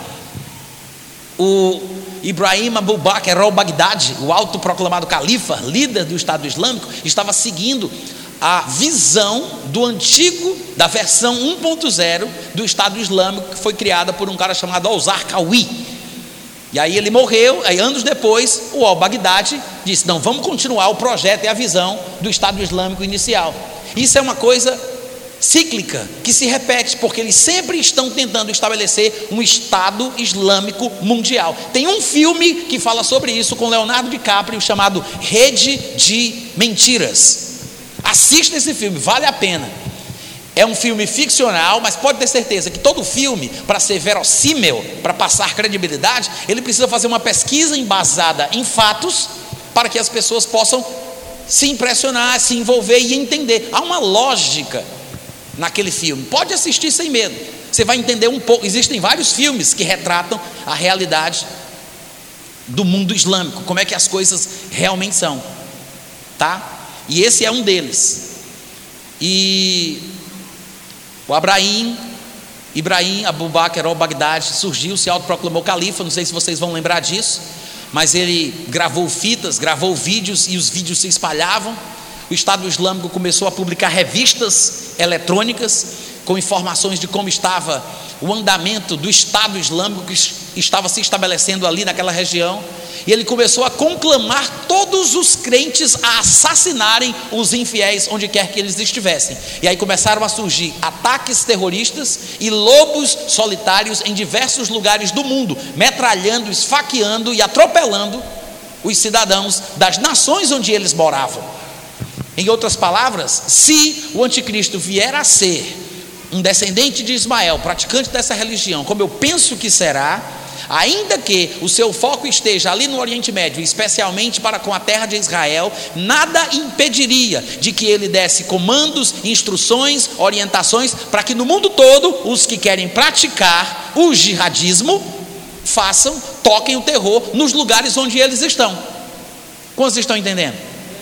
O Ibrahim Abu Bakr al-Baghdadi, o autoproclamado califa, líder do Estado Islâmico, estava seguindo a visão do antigo, da versão um ponto zero do Estado Islâmico, que foi criada por um cara chamado al-Zarqawi. E aí ele morreu, aí anos depois o al-Baghdadi disse: não, vamos continuar o projeto e a visão do Estado Islâmico inicial. Isso é uma coisa cíclica, que se repete, porque eles sempre estão tentando estabelecer um Estado Islâmico mundial. Tem um filme que fala sobre isso com Leonardo DiCaprio, chamado Rede de Mentiras. Assista esse filme, vale a pena. É um filme ficcional, mas pode ter certeza que todo filme, para ser verossímil, para passar credibilidade, ele precisa fazer uma pesquisa embasada em fatos, para que as pessoas possam se impressionar, se envolver e entender. Há uma lógica naquele filme, pode assistir sem medo, você vai entender um pouco. Existem vários filmes que retratam a realidade do mundo islâmico, como é que as coisas realmente são, tá? E esse é um deles. E o Abraim, Ibrahim Abu Bakr al-Baghdadi surgiu, se autoproclamou califa, não sei se vocês vão lembrar disso, mas ele gravou fitas, gravou vídeos e os vídeos se espalhavam. O Estado Islâmico começou a publicar revistas eletrônicas com informações de como estava o andamento do Estado Islâmico que estava se estabelecendo ali naquela região, e ele começou a conclamar todos os crentes a assassinarem os infiéis onde quer que eles estivessem. E aí começaram a surgir ataques terroristas e lobos solitários em diversos lugares do mundo, metralhando, esfaqueando e atropelando os cidadãos das nações onde eles moravam. Em outras palavras, se o anticristo vier a ser um descendente de Ismael, praticante dessa religião, como eu penso que será, ainda que o seu foco esteja ali no Oriente Médio, especialmente para com a terra de Israel, nada impediria de que ele desse comandos, instruções, orientações, para que no mundo todo, os que querem praticar o jihadismo, façam, toquem o terror nos lugares onde eles estão. Quantos estão entendendo?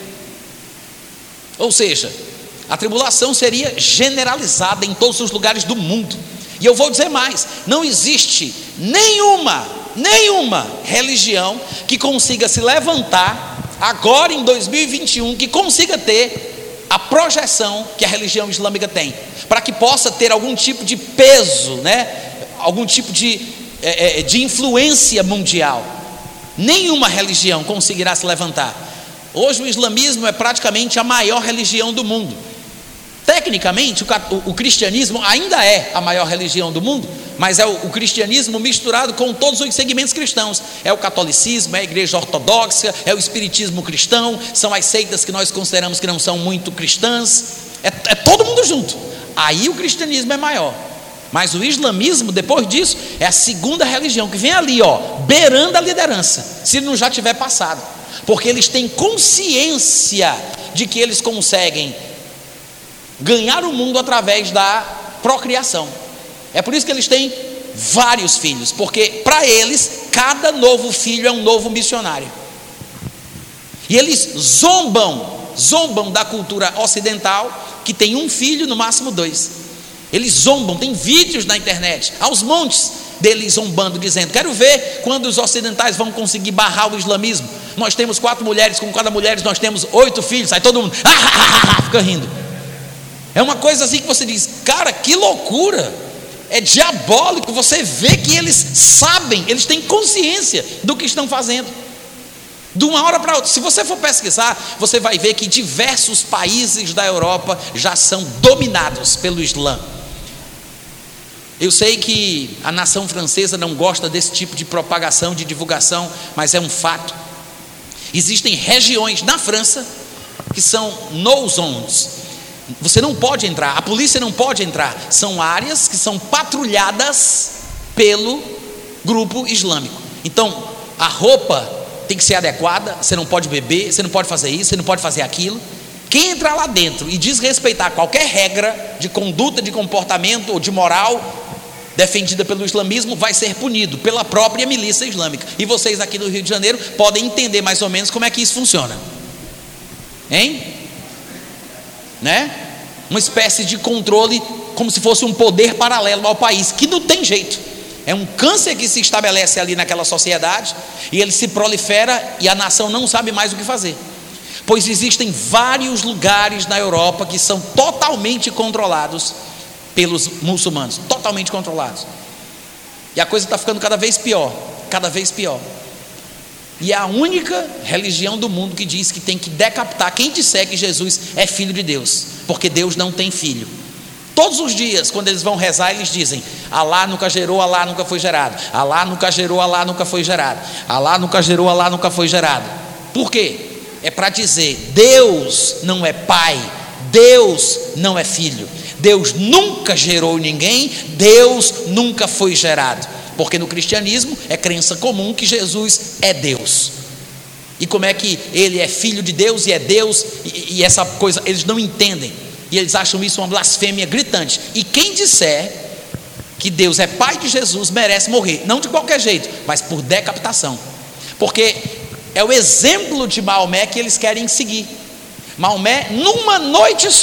Ou seja, a tribulação seria generalizada em todos os lugares do mundo. E eu vou dizer mais, não existe nenhuma, nenhuma religião que consiga se levantar agora em dois mil e vinte e um, que consiga ter a projeção que a religião islâmica tem, para que possa ter algum tipo de peso, né? Algum tipo de, é, de influência mundial. Nenhuma religião conseguirá se levantar. Hoje o islamismo é praticamente a maior religião do mundo. Tecnicamente, o, o cristianismo ainda é a maior religião do mundo, mas é o, o cristianismo misturado com todos os segmentos cristãos. É o catolicismo, é a igreja ortodoxa, é o espiritismo cristão, são as seitas que nós consideramos que não são muito cristãs, é, é todo mundo junto. Aí o cristianismo é maior. Mas o islamismo, depois disso, é a segunda religião que vem ali, ó, beirando a liderança, se não já tiver passado, porque eles têm consciência de que eles conseguem ganhar o mundo através da procriação. É por isso que eles têm vários filhos, porque para eles cada novo filho é um novo missionário. E eles zombam, zombam da cultura ocidental, que tem um filho, no máximo dois. Eles zombam, tem vídeos na internet, aos montes deles zombando, dizendo: quero ver quando os ocidentais vão conseguir barrar o islamismo. Nós temos quatro mulheres, com cada mulher nós temos oito filhos. Aí todo mundo ah, ah, ah, fica rindo. É uma coisa assim que você diz: cara, que loucura, é diabólico. Você vê que eles sabem, eles têm consciência do que estão fazendo. De uma hora para outra, se você for pesquisar, você vai ver que diversos países da Europa já são dominados pelo Islã. Eu sei que a nação francesa não gosta desse tipo de propagação, de divulgação, mas é um fato. Existem regiões na França que são no zones. Você não pode entrar, a polícia não pode entrar. São áreas que são patrulhadas pelo grupo islâmico. Então, a roupa tem que ser adequada, você não pode beber, você não pode fazer isso, você não pode fazer aquilo. Quem entrar lá dentro e desrespeitar qualquer regra de conduta, de comportamento ou de moral defendida pelo islamismo, vai ser punido pela própria milícia islâmica. E vocês aqui no Rio de Janeiro podem entender mais ou menos como é que isso funciona, hein? Né? Uma espécie de controle, como se fosse um poder paralelo ao país, que não tem jeito. É um câncer que se estabelece ali naquela sociedade, e ele se prolifera e a nação não sabe mais o que fazer. Pois existem vários lugares na Europa que são totalmente controlados pelos muçulmanos, totalmente controlados. E a coisa está ficando cada vez pior, cada vez pior. E é a única religião do mundo que diz que tem que decapitar quem disser que Jesus é filho de Deus, porque Deus não tem filho. Todos os dias, quando eles vão rezar, eles dizem: Alá nunca gerou, Alá nunca foi gerado. Alá nunca gerou, Alá nunca foi gerado. Alá nunca gerou, Alá nunca foi gerado. Por quê? É para dizer: Deus não é pai, Deus não é filho, Deus nunca gerou ninguém, Deus nunca foi gerado. Porque no cristianismo é crença comum que Jesus é Deus. E como é que ele é filho de Deus e é Deus, e, e essa coisa eles não entendem, e eles acham isso uma blasfêmia gritante. E quem disser que Deus é pai de Jesus merece morrer, não de qualquer jeito, mas por decapitação, porque é o exemplo de Maomé que eles querem seguir. Maomé, numa noite só,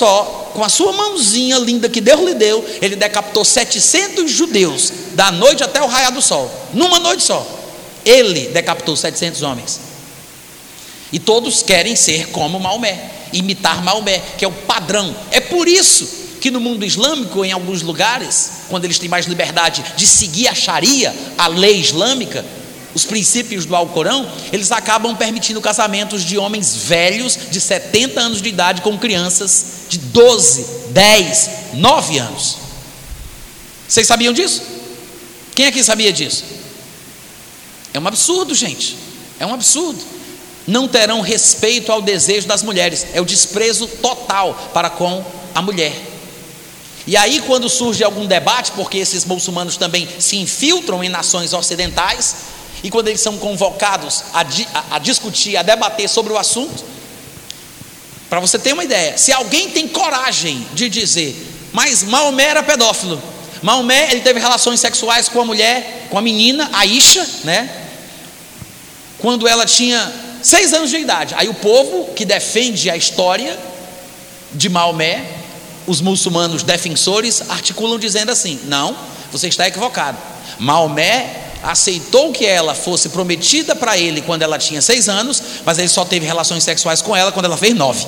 com a sua mãozinha linda que Deus lhe deu, ele decapitou setecentos judeus, da noite até o raiar do sol, numa noite só. Ele decapitou setecentos homens. E todos querem ser como Maomé, imitar Maomé, que é o padrão. É por isso que no mundo islâmico, em alguns lugares, quando eles têm mais liberdade de seguir a Sharia, a lei islâmica, os princípios do Alcorão, eles acabam permitindo casamentos de homens velhos de setenta anos de idade com crianças de doze, dez, nove anos. Vocês sabiam disso? Quem aqui sabia disso? É um absurdo, gente. É um absurdo. Não terão respeito ao desejo das mulheres. É o desprezo total para com a mulher. E aí, quando surge algum debate, porque esses muçulmanos também se infiltram em nações ocidentais, e quando eles são convocados a, a, a discutir, a debater sobre o assunto, para você ter uma ideia, se alguém tem coragem de dizer, mas Maomé era pedófilo, Maomé ele teve relações sexuais com a mulher, com a menina Aisha, né? Quando ela tinha seis anos de idade. Aí o povo que defende a história de Maomé, os muçulmanos defensores, articulam dizendo assim: não, você está equivocado. Maomé aceitou que ela fosse prometida para ele quando ela tinha seis anos, mas ele só teve relações sexuais com ela quando ela fez nove.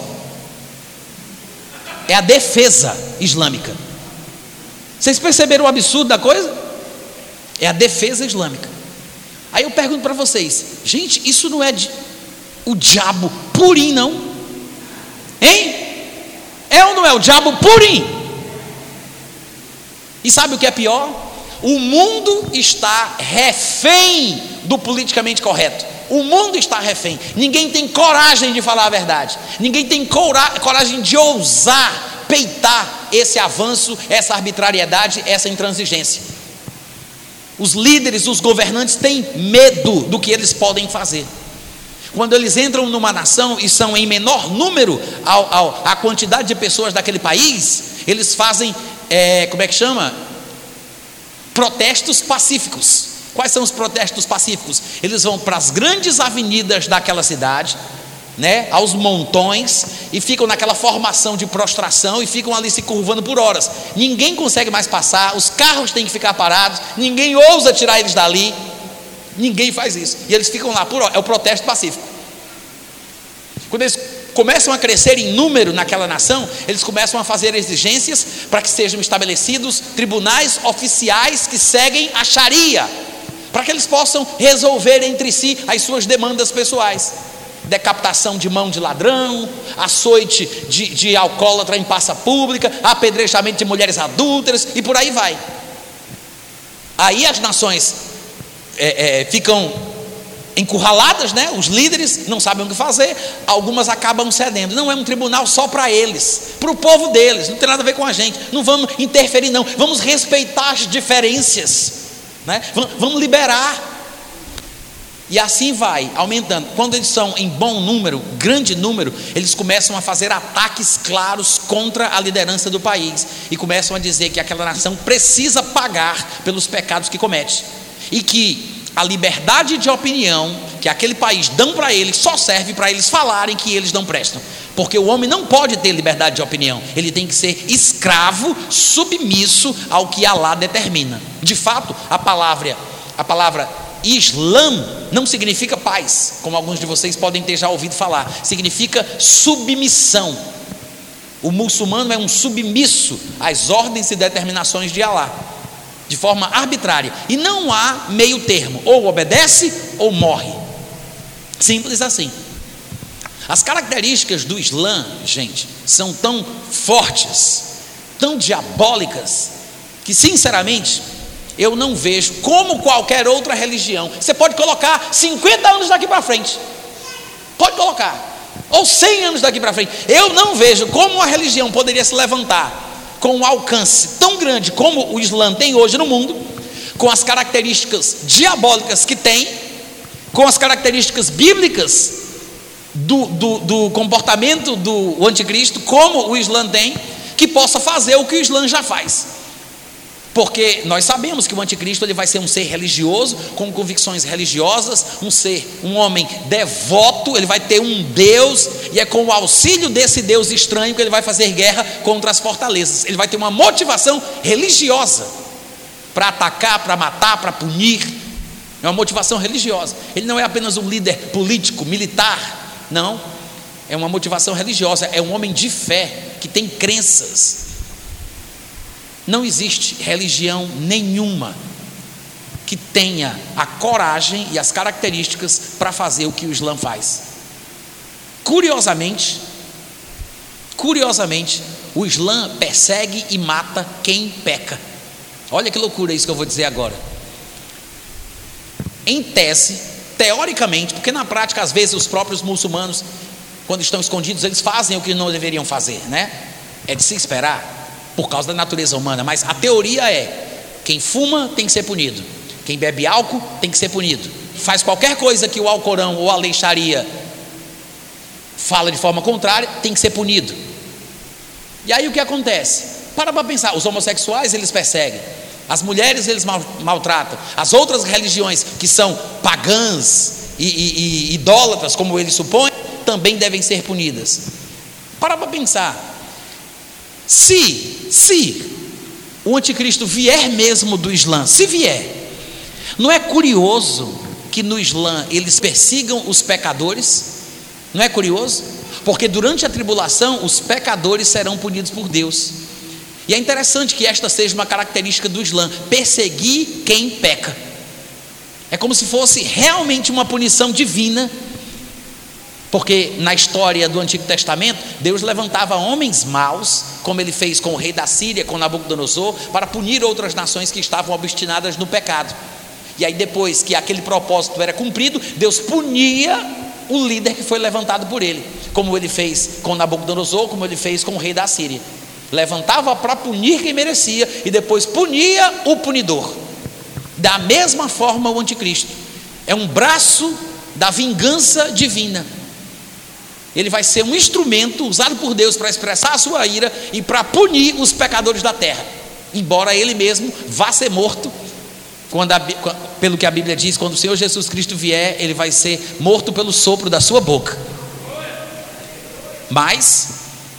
É a defesa islâmica. Vocês perceberam o absurdo da coisa? É a defesa islâmica. Aí eu pergunto para vocês, gente, isso não é de, o diabo purinho, não? Hein? É ou não é o diabo purinho? E sabe o que é pior? O mundo está refém do politicamente correto. O mundo está refém. Ninguém tem coragem de falar a verdade. Ninguém tem cora- coragem de ousar peitar esse avanço, essa arbitrariedade, essa intransigência. Os líderes, os governantes têm medo do que eles podem fazer. Quando eles entram numa nação e são em menor número ao, ao, a quantidade de pessoas daquele país, eles fazem, é, como é que chama? Protestos pacíficos. Quais são os protestos pacíficos? Eles vão para as grandes avenidas daquela cidade, né, aos montões, e ficam naquela formação de prostração e ficam ali se curvando por horas. Ninguém consegue mais passar, os carros têm que ficar parados, ninguém ousa tirar eles dali, ninguém faz isso, e eles ficam lá por horas. É o protesto pacífico. Quando eles começam a crescer em número naquela nação, eles começam a fazer exigências para que sejam estabelecidos tribunais oficiais que seguem a Sharia, para que eles possam resolver entre si as suas demandas pessoais. Decapitação de mão de ladrão, açoite de, de alcoólatra em praça pública, apedrejamento de mulheres adúlteras e por aí vai. Aí as nações é, é, ficam encurraladas, né? Os líderes não sabem o que fazer, algumas acabam cedendo. Não é um tribunal só para eles, para o povo deles, não tem nada a ver com a gente, não vamos interferir não, vamos respeitar as diferenças, né? Vamos liberar. E assim vai aumentando. Quando eles são em bom número, grande número, eles começam a fazer ataques claros contra a liderança do país e começam a dizer que aquela nação precisa pagar pelos pecados que comete, e que a liberdade de opinião que aquele país dão para eles só serve para eles falarem que eles não prestam, porque o homem não pode ter liberdade de opinião, ele tem que ser escravo, submisso ao que Alá determina. De fato, a palavra a palavra Islã não significa paz, como alguns de vocês podem ter já ouvido falar, significa submissão. O muçulmano é um submisso às ordens e determinações de Alá, de forma arbitrária, e não há meio termo, ou obedece ou morre, simples assim. As características do Islã, gente, são tão fortes, tão diabólicas, que sinceramente eu não vejo como qualquer outra religião. Você pode colocar cinquenta anos daqui para frente, pode colocar, ou cem anos daqui para frente, eu não vejo como uma religião poderia se levantar com um alcance tão grande como o Islã tem hoje no mundo, com as características diabólicas que tem, com as características bíblicas do, do, do comportamento do anticristo, como o Islã tem, que possa fazer o que o Islã já faz. Porque nós sabemos que o anticristo ele vai ser um ser religioso, com convicções religiosas, um ser, um homem devoto, ele vai ter um Deus, e é com o auxílio desse Deus estranho que ele vai fazer guerra contra as fortalezas. Ele vai ter uma motivação religiosa para atacar, para matar, para punir. É uma motivação religiosa. Ele não é apenas um líder político, militar, não, é uma motivação religiosa, é um homem de fé, que tem crenças. Não existe religião nenhuma que tenha a coragem e as características para fazer o que o Islã faz. Curiosamente, curiosamente, o Islã persegue e mata quem peca. Olha que loucura isso que eu vou dizer agora. Em tese, teoricamente, porque na prática às vezes os próprios muçulmanos, quando estão escondidos, eles fazem o que não deveriam fazer, né? É de se esperar, por causa da natureza humana. Mas a teoria é: quem fuma tem que ser punido, quem bebe álcool tem que ser punido, faz qualquer coisa que o Alcorão ou a lei Sharia fala de forma contrária, tem que ser punido. E aí o que acontece? Para para pensar, os homossexuais eles perseguem, as mulheres eles mal, maltratam, as outras religiões que são pagãs e, e, e idólatras, como eles supõem, também devem ser punidas. Para para pensar, se, se o anticristo vier mesmo do Islã, se vier, não é curioso que no Islã eles persigam os pecadores? Não é curioso? Porque durante a tribulação os pecadores serão punidos por Deus. E é interessante que esta seja uma característica do Islã: perseguir quem peca. É como se fosse realmente uma punição divina, porque na história do Antigo Testamento Deus levantava homens maus, como ele fez com o rei da Síria, com Nabucodonosor, para punir outras nações que estavam obstinadas no pecado. E aí depois que aquele propósito era cumprido, Deus punia o líder que foi levantado por ele, como ele fez com Nabucodonosor, como ele fez com o rei da Síria. Levantava para punir quem merecia e depois punia o punidor. Da mesma forma o anticristo é um braço da vingança divina. Ele vai ser um instrumento usado por Deus para expressar a sua ira e para punir os pecadores da terra, embora ele mesmo vá ser morto quando a, pelo que a Bíblia diz, quando o Senhor Jesus Cristo vier, ele vai ser morto pelo sopro da sua boca. Mas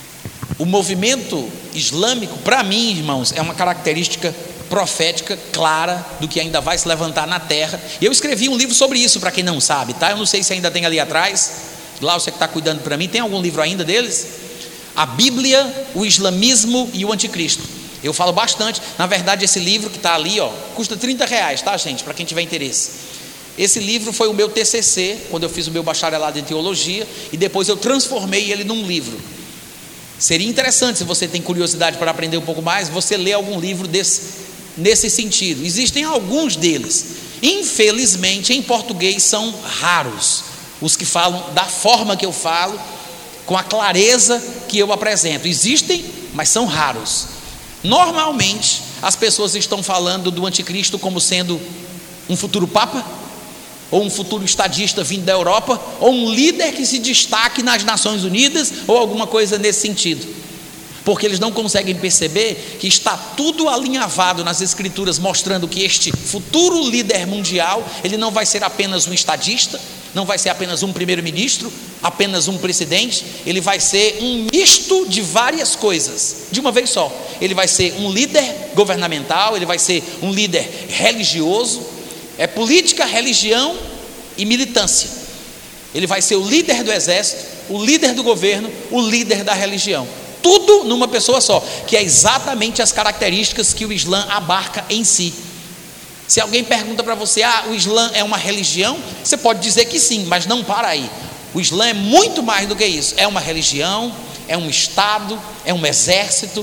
o movimento islâmico, para mim, irmãos, é uma característica profética clara do que ainda vai se levantar na terra. E eu escrevi um livro sobre isso, para quem não sabe, tá? Eu não sei se ainda tem ali atrás. Lá você que está cuidando para mim, tem algum livro ainda deles? A Bíblia, o Islamismo e o Anticristo. Eu falo bastante. Na verdade, esse livro que está ali, ó, custa trinta reais, tá, gente? Para quem tiver interesse. Esse livro foi o meu T C C, quando eu fiz o meu bacharelado em teologia, e depois eu transformei ele num livro. Seria interessante, se você tem curiosidade para aprender um pouco mais, você ler algum livro desse, nesse sentido. Existem alguns deles. Infelizmente, em português são raros os que falam da forma que eu falo, com a clareza que eu apresento. Existem, mas são raros. Normalmente as pessoas estão falando do anticristo como sendo um futuro papa, ou um futuro estadista vindo da Europa, ou um líder que se destaque nas Nações Unidas, ou alguma coisa nesse sentido, porque eles não conseguem perceber que está tudo alinhavado nas escrituras, mostrando que este futuro líder mundial, ele não vai ser apenas um estadista, não vai ser apenas um primeiro-ministro, apenas um presidente, ele vai ser um misto de várias coisas, de uma vez só. Ele vai ser um líder governamental, ele vai ser um líder religioso, é política, religião e militância. Ele vai ser o líder do exército, o líder do governo, o líder da religião, tudo numa pessoa só, que é exatamente as características que o Islã abarca em si. Se alguém pergunta para você, ah, o Islã é uma religião? Você pode dizer que sim, mas não para aí. O Islã é muito mais do que isso. É uma religião, é um estado, é um exército.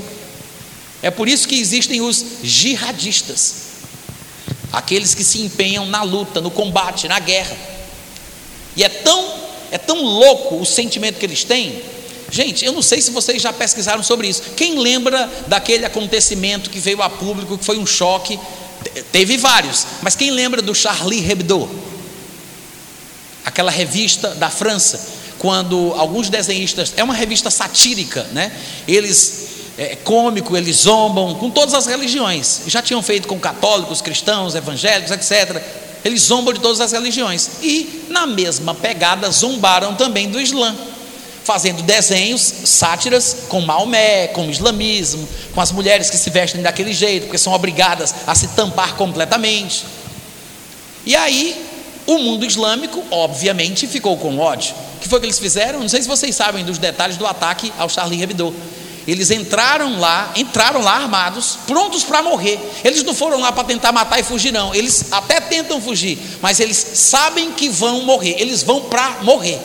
É por isso que existem os jihadistas, aqueles que se empenham na luta, no combate, na guerra. E é tão, é tão louco o sentimento que eles têm. Gente, eu não sei se vocês já pesquisaram sobre isso. Quem lembra daquele acontecimento que veio a público, que foi um choque? Teve vários, mas quem lembra do Charlie Hebdo? Aquela revista da França, quando alguns desenhistas, é uma revista satírica, né? Eles, é cômico, eles zombam com todas as religiões. Já tinham feito com católicos, cristãos, evangélicos, etcétera. Eles zombam de todas as religiões. E na mesma pegada zombaram também do Islã. fazendo desenhos, sátiras com Maomé, com o islamismo, com as mulheres que se vestem daquele jeito, porque são obrigadas a se tampar completamente. E aí o mundo islâmico obviamente ficou com ódio. O que foi que eles fizeram? Não sei se vocês sabem dos detalhes do ataque ao Charlie Hebdo. Eles entraram lá, entraram lá armados, prontos para morrer. Eles não foram lá para tentar matar e fugir, não. Eles até tentam fugir, mas eles sabem que vão morrer. Eles vão para morrer.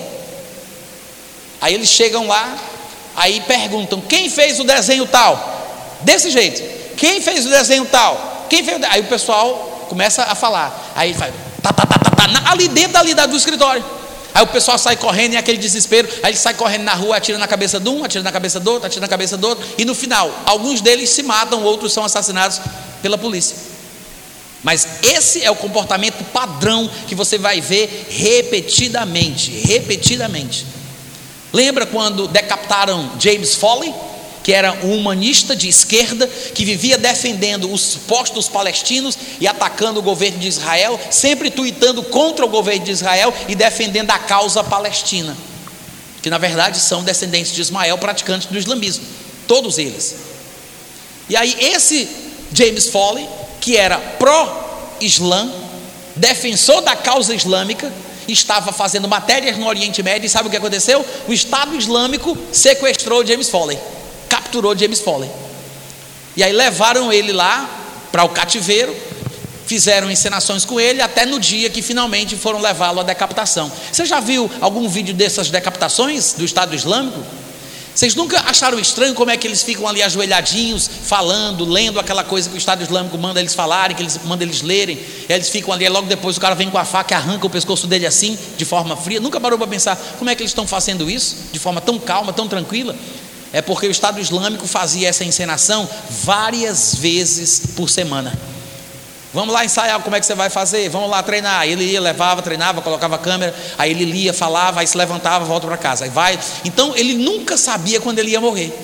Aí eles chegam lá, aí perguntam: quem fez o desenho tal? Desse jeito. Quem fez o desenho tal? Quem fez o de... Aí o pessoal começa a falar. Aí ele faz tá, tá, tá, tá, tá, ali dentro ali do escritório. Aí o pessoal sai correndo, e aquele desespero. Aí ele sai correndo na rua, atira na cabeça de um, atira na cabeça do outro, atira na cabeça do outro. E no final, alguns deles se matam, outros são assassinados pela polícia. Mas esse é o comportamento padrão que você vai ver repetidamente, repetidamente. Lembra quando decapitaram James Foley, que era um humanista de esquerda, que vivia defendendo os postos palestinos e atacando o governo de Israel, sempre tuitando contra o governo de Israel e defendendo a causa palestina, que na verdade são descendentes de Ismael, praticantes do islamismo, todos eles. E aí esse James Foley, que era pró-islã, defensor da causa islâmica, estava fazendo matérias no Oriente Médio, e sabe o que aconteceu? O Estado Islâmico sequestrou James Foley, capturou James Foley, e aí levaram ele lá para o cativeiro, fizeram encenações com ele, até no dia que finalmente foram levá-lo à decapitação. Você já viu algum vídeo dessas decapitações do Estado Islâmico? Vocês nunca acharam estranho como é que eles ficam ali ajoelhadinhos, falando, lendo aquela coisa que o Estado Islâmico manda eles falarem, que eles manda eles lerem, e eles ficam ali, e logo depois o cara vem com a faca e arranca o pescoço dele assim, de forma fria? Nunca parou para pensar como é que eles estão fazendo isso, de forma tão calma, tão tranquila? É porque o Estado Islâmico fazia essa encenação várias vezes por semana. Vamos lá ensaiar, como é que você vai fazer? Vamos lá treinar. Ele ia, levava, treinava, colocava a câmera, aí ele lia, falava, aí se levantava, volta para casa, aí vai. Então ele nunca sabia quando ele ia morrer.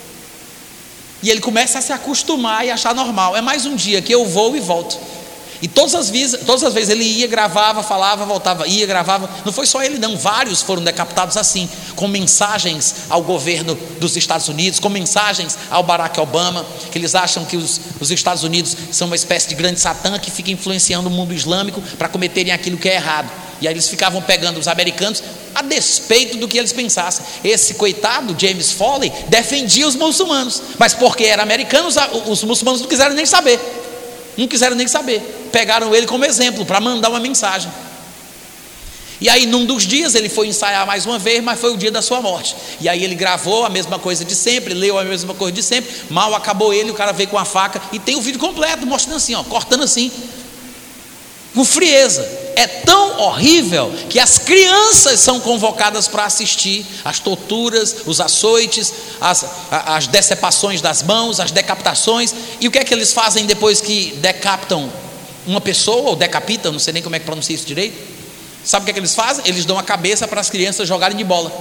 E ele começa a se acostumar e achar normal. É mais um dia que eu vou e volto. E todas as vezes, todas as vezes ele ia, gravava, falava, voltava, ia, gravava. Não foi só ele não, vários foram decapitados assim, com mensagens ao governo dos Estados Unidos, com mensagens ao Barack Obama, que eles acham que os, os Estados Unidos são uma espécie de grande satã que fica influenciando o mundo islâmico para cometerem aquilo que é errado. E aí eles ficavam pegando os americanos a despeito do que eles pensassem. Esse coitado James Foley defendia os muçulmanos, mas porque era americano, os, os muçulmanos não quiseram nem saber. Não quiseram nem saber. Pegaram ele como exemplo para mandar uma mensagem. E aí num dos dias ele foi ensaiar mais uma vez, mas foi o dia da sua morte. E aí ele gravou a mesma coisa de sempre, leu a mesma coisa de sempre. Mal acabou ele, o cara veio com a faca e tem o vídeo completo, mostrando assim, ó, cortando assim, com frieza. É tão horrível que as crianças são convocadas para assistir as torturas, os açoites, as, as decepações das mãos, as decapitações. E o que é que eles fazem depois que decapitam uma pessoa, ou decapitam, não sei nem como é que pronuncia isso direito? Sabe o que é que eles fazem? Eles dão a cabeça para as crianças jogarem de bola.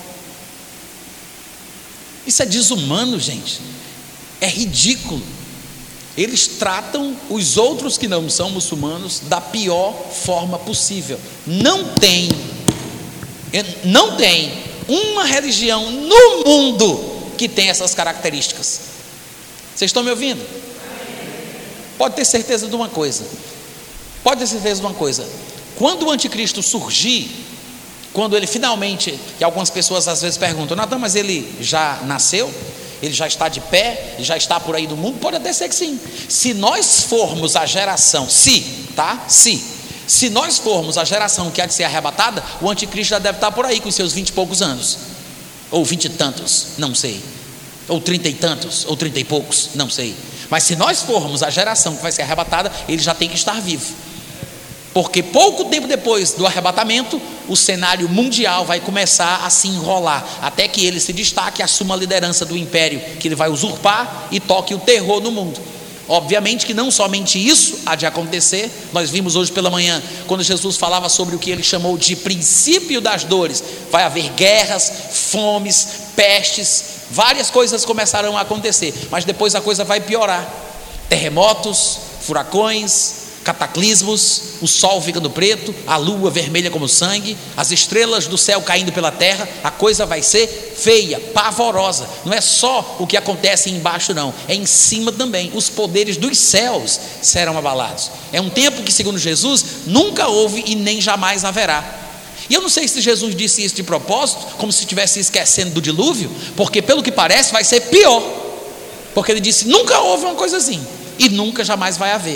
Isso é desumano, gente. É ridículo. Eles tratam os outros que não são muçulmanos da pior forma possível. Não tem, não tem uma religião no mundo que tem essas características. Vocês estão me ouvindo? Pode ter certeza de uma coisa. Pode ter certeza de uma coisa. Quando o anticristo surgir, quando ele finalmente, que algumas pessoas às vezes perguntam, Natan, mas ele já nasceu? Ele já está de pé, ele já está por aí do mundo? Pode até ser que sim. Se nós formos a geração, se, tá? Se, se nós formos a geração que há de ser arrebatada, o anticristo já deve estar por aí com seus vinte e poucos anos, ou vinte e tantos, não sei, ou trinta e tantos, ou trinta e poucos, não sei. Mas se nós formos a geração que vai ser arrebatada, ele já tem que estar vivo. Porque pouco tempo depois do arrebatamento, o cenário mundial vai começar a se enrolar, até que ele se destaque, assuma a liderança do império, que ele vai usurpar e toque o terror no mundo. Obviamente que não somente isso há de acontecer. Nós vimos hoje pela manhã, quando Jesus falava sobre o que ele chamou de princípio das dores. Vai haver guerras, fomes, pestes, várias coisas começarão a acontecer, mas depois a coisa vai piorar. Terremotos, furacões, cataclismos, o sol ficando preto, a lua vermelha como sangue, as estrelas do céu caindo pela terra. A coisa vai ser feia, pavorosa. Não é só o que acontece embaixo não, é em cima também. Os poderes dos céus serão abalados. É um tempo que, segundo Jesus, nunca houve e nem jamais haverá. E eu não sei se Jesus disse isso de propósito, como se estivesse esquecendo do dilúvio, porque pelo que parece vai ser pior, porque ele disse nunca houve uma coisa assim e nunca jamais vai haver,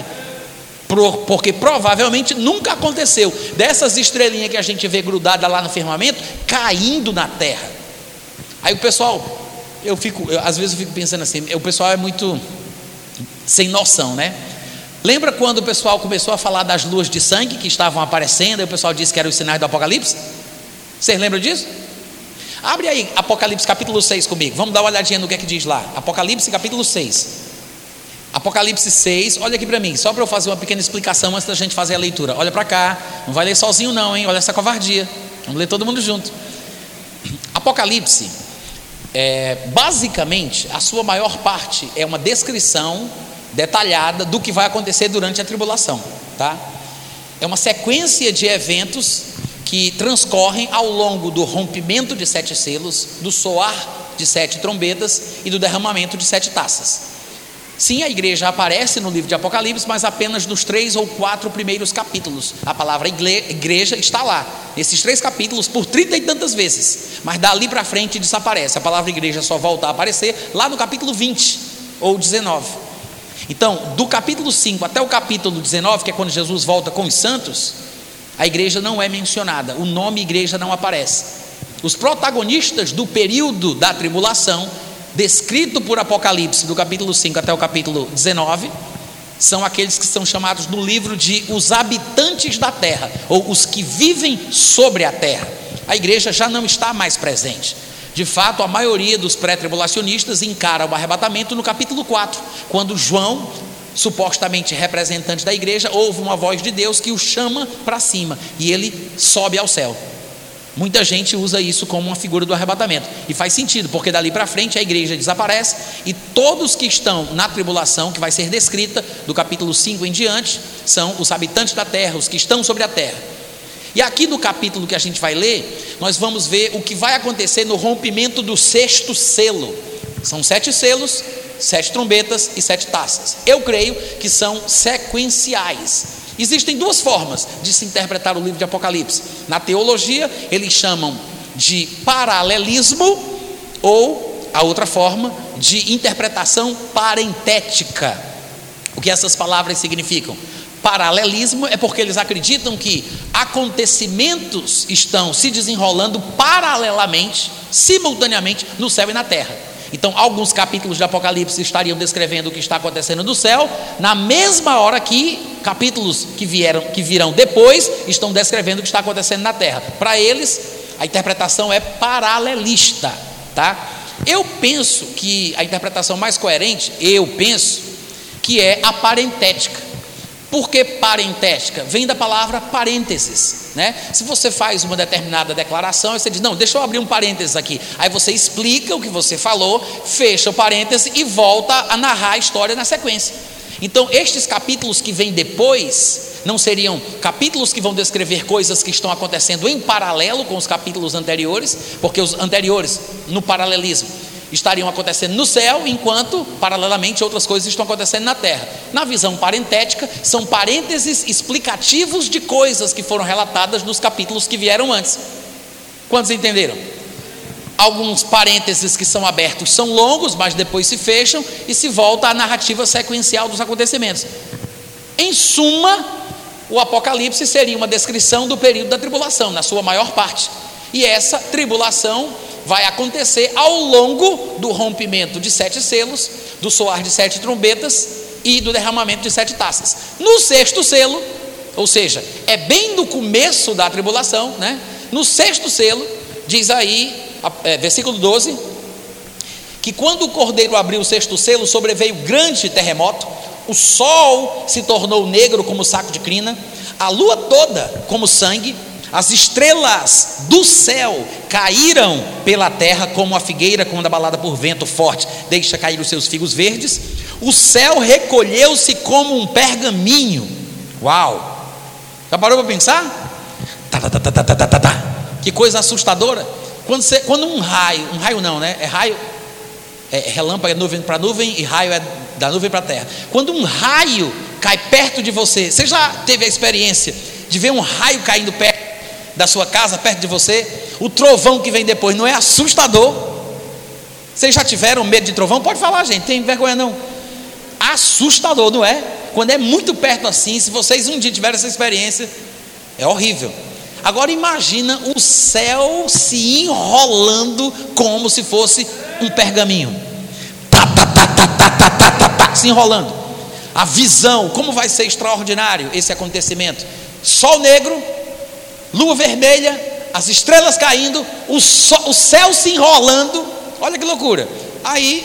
porque provavelmente nunca aconteceu dessas estrelinhas que a gente vê grudada lá no firmamento caindo na terra. Aí o pessoal, eu fico, eu, às vezes eu fico pensando assim, o pessoal é muito sem noção, né? Lembra quando o pessoal começou a falar das luas de sangue que estavam aparecendo, e o pessoal disse que eram os sinais do Apocalipse? Vocês lembram disso? Abre aí Apocalipse capítulo seis comigo, vamos dar uma olhadinha no que é que diz lá. Apocalipse capítulo seis. Apocalipse seis, olha aqui para mim, só para eu fazer uma pequena explicação antes da gente fazer a leitura. Olha para cá, não vai ler sozinho não, hein? Olha essa covardia, vamos ler todo mundo junto. Apocalipse, é, basicamente, a sua maior parte é uma descrição detalhada do que vai acontecer durante a tribulação, tá? É uma sequência de eventos que transcorrem ao longo do rompimento de sete selos, do soar de sete trombetas e do derramamento de sete taças. Sim, a igreja aparece no livro de Apocalipse, mas apenas nos três ou quatro primeiros capítulos. A palavra igreja está lá, nesses três capítulos, por trinta e tantas vezes, mas dali para frente desaparece. A palavra igreja só volta a aparecer lá no capítulo vinte ou dezenove. Então, do capítulo cinco até o capítulo dezenove, que é quando Jesus volta com os santos, a igreja não é mencionada, o nome igreja não aparece. Os protagonistas do período da tribulação, descrito por Apocalipse, do capítulo cinco até o capítulo dezenove, são aqueles que são chamados no livro de os habitantes da terra, ou os que vivem sobre a terra. A igreja já não está mais presente. De fato, a maioria dos pré-tribulacionistas encara o arrebatamento no capítulo quatro, quando João, supostamente representante da igreja, ouve uma voz de Deus que o chama para cima e ele sobe ao céu. Muita gente usa isso como uma figura do arrebatamento, e faz sentido, porque dali para frente a igreja desaparece e todos que estão na tribulação, que vai ser descrita do capítulo cinco em diante, são os habitantes da terra, os que estão sobre a terra. E aqui no capítulo que a gente vai ler, nós vamos ver o que vai acontecer no rompimento do sexto selo. São sete selos, sete trombetas e sete taças. Eu creio que são sequenciais. Existem duas formas de se interpretar o livro de Apocalipse. Na teologia, eles chamam de paralelismo, ou a outra forma, de interpretação parentética. O que essas palavras significam? Paralelismo é porque eles acreditam que acontecimentos estão se desenrolando paralelamente, simultaneamente, no céu e na terra. Então, alguns capítulos de Apocalipse estariam descrevendo o que está acontecendo no céu, na mesma hora que capítulos que, vieram, que virão depois estão descrevendo o que está acontecendo na terra. Para eles, a interpretação é paralelista, tá? Eu penso que a interpretação mais coerente, eu penso, que é a parentética. Por que parentética? Vem da palavra parênteses, né? Se você faz uma determinada declaração, você diz, não, deixa eu abrir um parênteses aqui. Aí você explica o que você falou, fecha o parêntese e volta a narrar a história na sequência. Então, estes capítulos que vêm depois, não seriam capítulos que vão descrever coisas que estão acontecendo em paralelo com os capítulos anteriores, porque os anteriores, no paralelismo, estariam acontecendo no céu, enquanto paralelamente outras coisas estão acontecendo na terra. Na visão parentética, são parênteses explicativos de coisas que foram relatadas nos capítulos que vieram antes. Quantos entenderam? Alguns parênteses que são abertos são longos, mas depois se fecham e se volta à narrativa sequencial dos acontecimentos. Em suma, o Apocalipse seria uma descrição do período da tribulação, na sua maior parte. E essa tribulação vai acontecer ao longo do rompimento de sete selos, do soar de sete trombetas e do derramamento de sete taças. No sexto selo, ou seja, é bem no começo da tribulação, né? No sexto selo, diz aí, é, versículo doze, que quando o cordeiro abriu o sexto selo, sobreveio grande terremoto, o sol se tornou negro como saco de crina, a lua toda como sangue, as estrelas do céu caíram pela terra como a figueira quando abalada por vento forte deixa cair os seus figos verdes. O céu recolheu-se como um pergaminho, Uau! Já parou para pensar? Tá, tá, tá, tá, tá, tá, tá, tá. Que coisa assustadora. Quando, você, quando um raio, um raio não, né? É raio, é relâmpago, é nuvem para nuvem, e raio é da nuvem para a terra. Quando um raio cai perto de você, você já teve a experiência de ver um raio caindo perto da sua casa, perto de você? O trovão que vem depois não é assustador? Vocês já tiveram medo de trovão? Pode falar, gente, tem vergonha não. Assustador, não é? Quando é muito perto assim, se vocês um dia tiverem essa experiência, é horrível. Agora imagina o céu se enrolando como se fosse um pergaminho, tá, tá, tá, tá, tá, tá, tá, tá, tá, se enrolando. A visão, como vai ser extraordinário esse acontecimento. Sol negro, lua vermelha, as estrelas caindo, o, sol, o céu se enrolando. Olha que loucura. Aí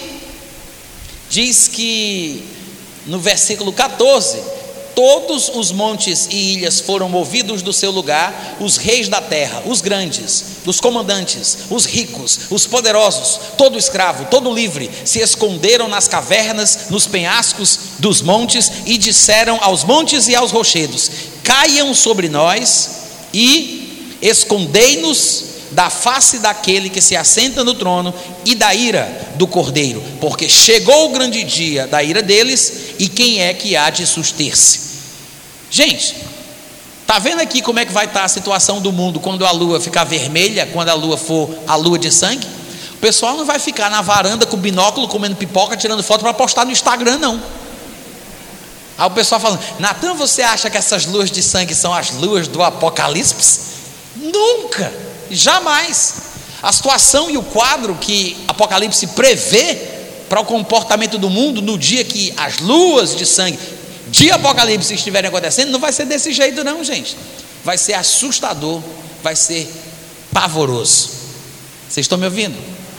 diz que no versículo catorze, todos os montes e ilhas foram movidos do seu lugar, os reis da terra, os grandes, os comandantes, os ricos, os poderosos, todo escravo, todo livre, se esconderam nas cavernas, nos penhascos dos montes, e disseram aos montes e aos rochedos: caiam sobre nós e escondei-nos da face daquele que se assenta no trono e da ira do cordeiro, porque chegou o grande dia da ira deles, e quem é que há de suster-se? Gente, está vendo aqui como é que vai estar a situação do mundo quando a lua ficar vermelha, quando a lua for a lua de sangue? O pessoal não vai ficar na varanda com binóculo, comendo pipoca, tirando foto para postar no Instagram, não. Aí o pessoal falando: Natan, você acha que essas luas de sangue são as luas do Apocalipse? Nunca, jamais. A situação e o quadro que Apocalipse prevê para o comportamento do mundo no dia que as luas de sangue de Apocalipse estiverem acontecendo, não vai ser desse jeito não, gente. Vai ser assustador, vai ser pavoroso. Vocês estão me ouvindo?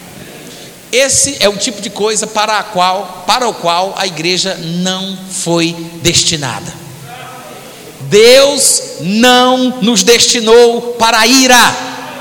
Esse é o tipo de coisa para, a qual, para o qual a igreja não foi destinada. Deus não nos destinou para a ira.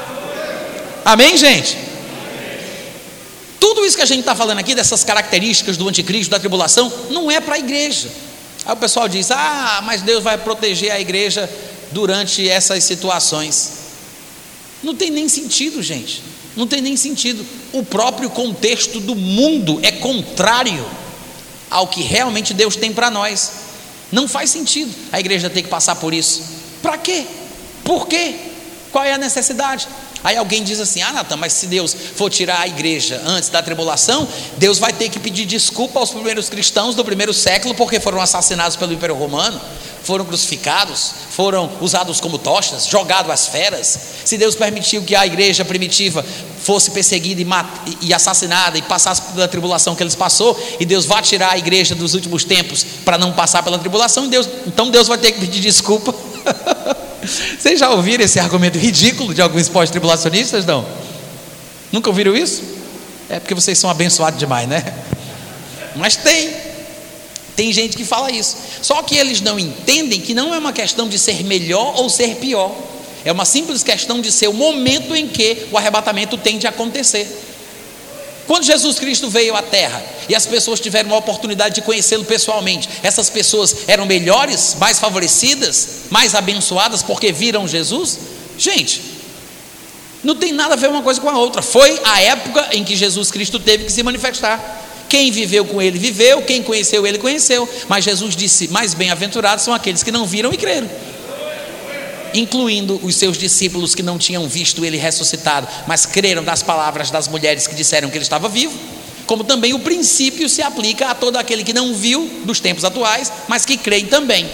Amém, gente? Tudo isso que a gente está falando aqui, dessas características do anticristo, da tribulação, não é para a igreja. Aí o pessoal diz: ah, mas Deus vai proteger a igreja durante essas situações. Não tem nem sentido, gente. Não tem nem sentido. O próprio contexto do mundo é contrário ao que realmente Deus tem para nós. Não faz sentido a igreja ter que passar por isso. Para quê? Por quê? Qual é a necessidade? Aí alguém diz assim: ah, Natan, mas se Deus for tirar a igreja antes da tribulação, Deus vai ter que pedir desculpa aos primeiros cristãos do primeiro século, porque foram assassinados pelo Império Romano, foram crucificados, foram usados como tochas, jogados às feras. Se Deus permitiu que a igreja primitiva fosse perseguida e, mat- e assassinada e passasse pela tribulação que eles passou, e Deus vai tirar a igreja dos últimos tempos para não passar pela tribulação, Deus, então Deus vai ter que pedir desculpa. Vocês já ouviram esse argumento ridículo de alguns pós-tribulacionistas? Não? Nunca ouviram isso? É porque vocês são abençoados demais, né? Mas tem Tem gente que fala isso. Só que eles não entendem que não é uma questão de ser melhor ou ser pior. É uma simples questão de ser o momento em que o arrebatamento tem de acontecer. Quando Jesus Cristo veio à terra e as pessoas tiveram a oportunidade de conhecê-lo pessoalmente, essas pessoas eram melhores, mais favorecidas, mais abençoadas porque viram Jesus? Gente, não tem nada a ver uma coisa com a outra. Foi a época em que Jesus Cristo teve que se manifestar. Quem viveu com ele viveu, quem conheceu ele conheceu. Mas Jesus disse: mais bem-aventurados são aqueles que não viram e creram, incluindo os seus discípulos que não tinham visto ele ressuscitado, mas creram nas palavras das mulheres que disseram que ele estava vivo. Como também o princípio se aplica a todo aquele que não viu dos tempos atuais, mas que creem também.